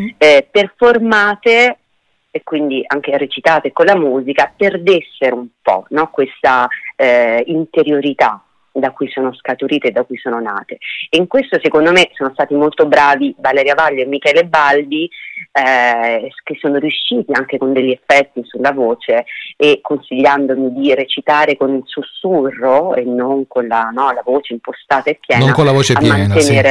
performate e quindi anche recitate con la musica, perdessero un po', no? Questa interiorità da cui sono scaturite e da cui sono nate. E in questo, secondo me, sono stati molto bravi Valeria Vaglio e Michele Baldi, che sono riusciti anche con degli effetti sulla voce e consigliandomi di recitare con il sussurro e non con la voce impostata e piena, non con la voce piena,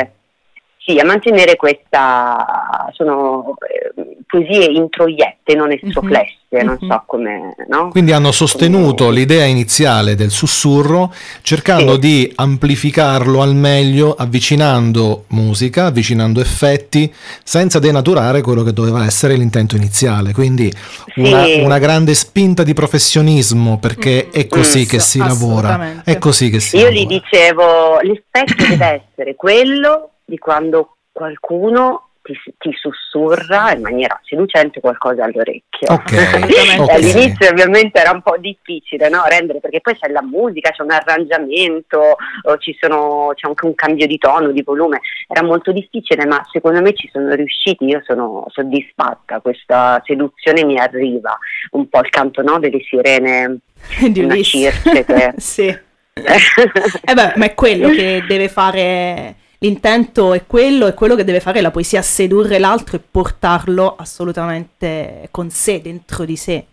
a mantenere questa, sono poesie introiette, non esoflesse, non so come, no? Quindi hanno sostenuto l'idea iniziale del sussurro, cercando di amplificarlo al meglio, avvicinando musica, avvicinando effetti, senza denaturare quello che doveva essere l'intento iniziale. Quindi una grande spinta di professionismo, perché è così che si lavora. È così che si lavora. Io gli dicevo, l'effetto deve essere quello di quando qualcuno ti sussurra in maniera seducente qualcosa all'orecchio. All'inizio ovviamente era un po' difficile, no, rendere, perché poi c'è la musica, c'è un arrangiamento, c'è anche un cambio di tono, di volume, era molto difficile, ma secondo me ci sono riusciti. Io sono soddisfatta, questa seduzione mi arriva, un po' il canto, no, delle sirene di una Circe che... ma è quello che deve fare. L'intento è quello che deve fare la poesia, sedurre l'altro e portarlo assolutamente con sé, dentro di sé.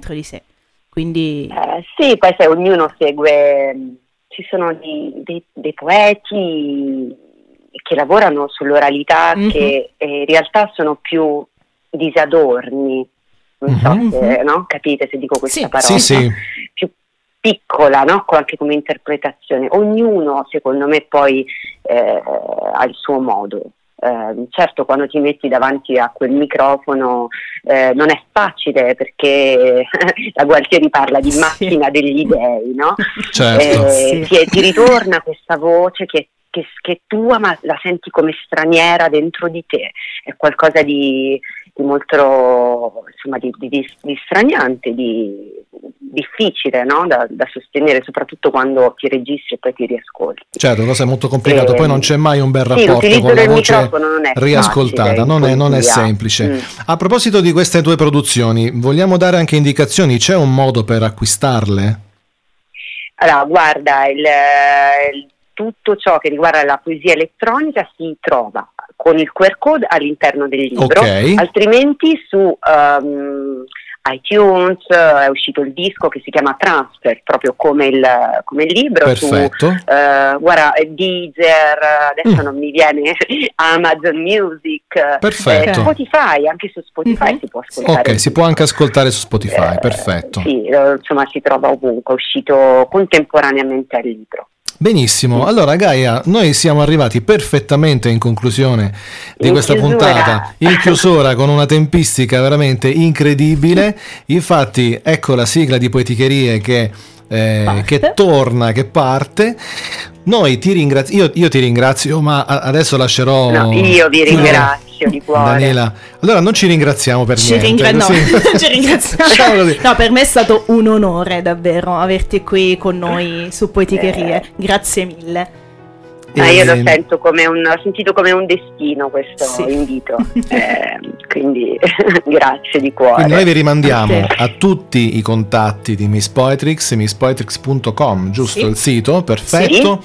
Quindi poi se ognuno segue, ci sono dei poeti che lavorano sull'oralità, che in realtà sono più disadorni, non so se, no? Capite se dico questa parola? Più piccola, no? Anche come interpretazione. Ognuno, secondo me, poi ha il suo modo. Certo, quando ti metti davanti a quel microfono non è facile, perché la Gualtieri parla di macchina degli dei, no? Certo. Ti ritorna questa voce che che è tua, ma la senti come straniera dentro di te. È qualcosa di molto, insomma, di straniante, di difficile, no? da sostenere, soprattutto quando ti registri e poi ti riascolti. Certo, cosa molto complicata, poi non c'è mai un bel rapporto con la voce riascoltata, non è semplice. A proposito di queste tue produzioni, vogliamo dare anche indicazioni? C'è un modo per acquistarle? Allora, guarda, tutto ciò che riguarda la poesia elettronica si trova con il QR code all'interno del libro, altrimenti su iTunes è uscito il disco che si chiama Transfer, proprio come il libro. Perfetto. Su guarda, Deezer, adesso non mi viene, Amazon Music, Spotify, anche su Spotify si può ascoltare. Ok, si può anche ascoltare su Spotify, perfetto. Sì, insomma si trova ovunque, è uscito contemporaneamente al libro. Benissimo, allora Gaia, noi siamo arrivati perfettamente in conclusione di questa puntata, in chiusura, con una tempistica veramente incredibile. Infatti ecco la sigla di Poeticherie che torna, che parte. Noi ti ringraziamo, io ti ringrazio, ma adesso lascerò... No, io vi ringrazio di cuore. Daniela, allora non ci ringraziamo per niente. Non ci ringraziamo. No, per me è stato un onore davvero averti qui con noi su Poeticherie. Grazie mille. Io lo sento ho sentito come un destino questo invito, quindi grazie di cuore. Quindi noi vi rimandiamo a tutti i contatti di Miss Poetrix, mispoetrix.com, giusto il sito, perfetto,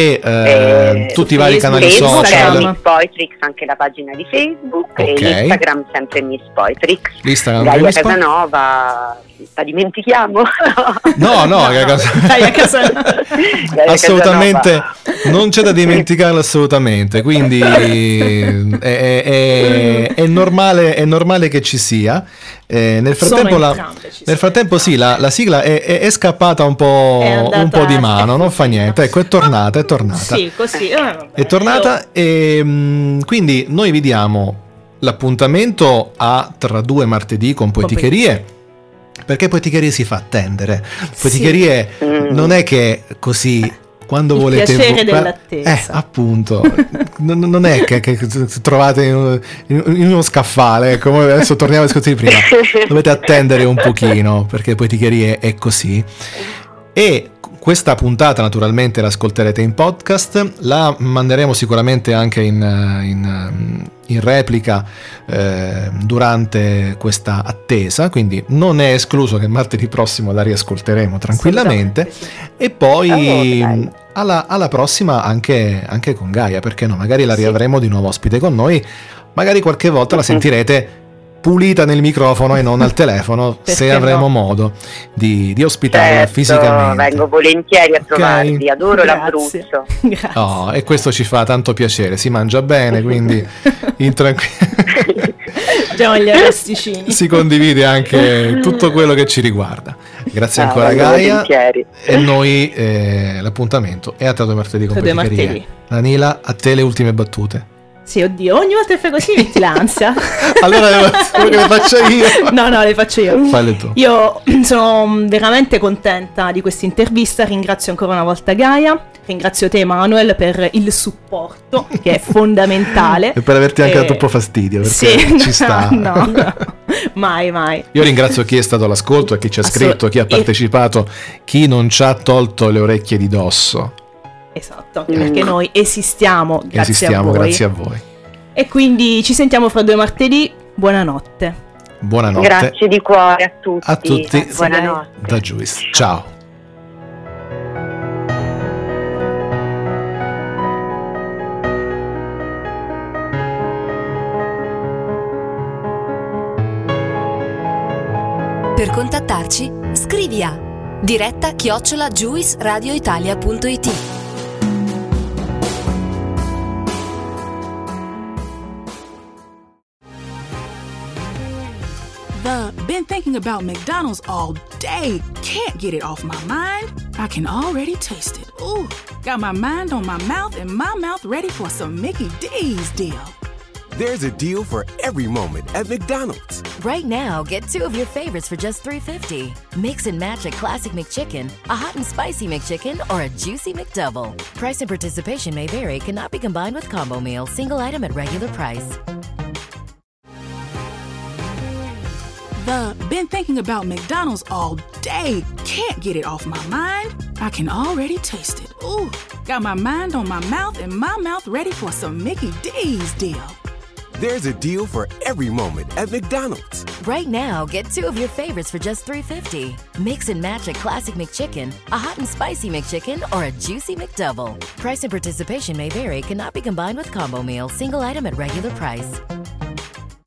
e tutti i vari canali social. Miss Poetrix, anche la pagina di Facebook, e l'Instagram sempre Miss Poetrix. L'Instagram Gaia Casanova. La dimentichiamo? No, Gaia Casanova. Assolutamente, non c'è da dimenticarlo assolutamente, quindi è normale che ci sia. Nel frattempo sì, la sigla è scappata un po' di mano, non fa niente, ecco, è tornata. Sì, così. È tornata e quindi noi vi diamo l'appuntamento tra 2 martedì con Poeticherie. Perché Poeticherie si fa attendere. Poeticherie non è che così quando volete il piacere dell'attesa. Appunto, non è che trovate in uno scaffale, come adesso torniamo a discutere prima. Dovete attendere un pochino, perché Poeticherie è così. E questa puntata naturalmente l'ascolterete in podcast, la manderemo sicuramente anche in replica durante questa attesa, quindi non è escluso che martedì prossimo la riascolteremo tranquillamente, e poi alla prossima anche con Gaia, perché no, magari la riavremo di nuovo ospite con noi, magari qualche volta la sentirete pulita nel microfono e non al telefono, se avremo modo di ospitarla fisicamente. Vengo volentieri a trovarvi, adoro l'Abruzzo. E questo ci fa tanto piacere, si mangia bene, quindi in gli arrosticini. Si condivide anche tutto quello che ci riguarda. Grazie ancora Gaia, e noi l'appuntamento è a tra 2 martedì con Poeticherie. Danila, a te le ultime battute. Sì, oddio, ogni volta che fai così metti l'ansia. Allora le faccio io. No, le faccio io. Falle tu. Io sono veramente contenta di questa intervista, ringrazio ancora una volta Gaia, ringrazio te Manuel per il supporto che è fondamentale. E per averti anche dato un po' fastidio, perché ci sta. No, mai. Io ringrazio chi è stato all'ascolto e chi ci ha scritto, chi ha partecipato, chi non ci ha tolto le orecchie di dosso. Esatto, anche perché noi esistiamo grazie a voi. E quindi ci sentiamo fra 2 martedì. Buonanotte. Grazie di cuore a tutti. A tutti. Buonanotte. Da Juice. Ciao. Per contattarci, scrivi a diretta@juiceradioitalia.it. Been thinking about McDonald's all day. Can't get it off my mind. I can already taste it. Ooh, got my mind on my mouth and my mouth ready for some Mickey D's deal. There's a deal for every moment at McDonald's. Right now, get 2 of your favorites for just $3.50. Mix and match a classic McChicken, a hot and spicy McChicken, or a juicy McDouble. Price and participation may vary, cannot be combined with combo meal, single item at regular price. Been thinking about McDonald's all day. Can't get it off my mind. I can already taste it. Ooh, got my mind on my mouth and my mouth ready for some Mickey D's deal. There's a deal for every moment at McDonald's. Right now, get 2 of your favorites for just $3.50. Mix and match a classic McChicken, a hot and spicy McChicken, or a juicy McDouble. Price and participation may vary, cannot be combined with combo meal, single item at regular price.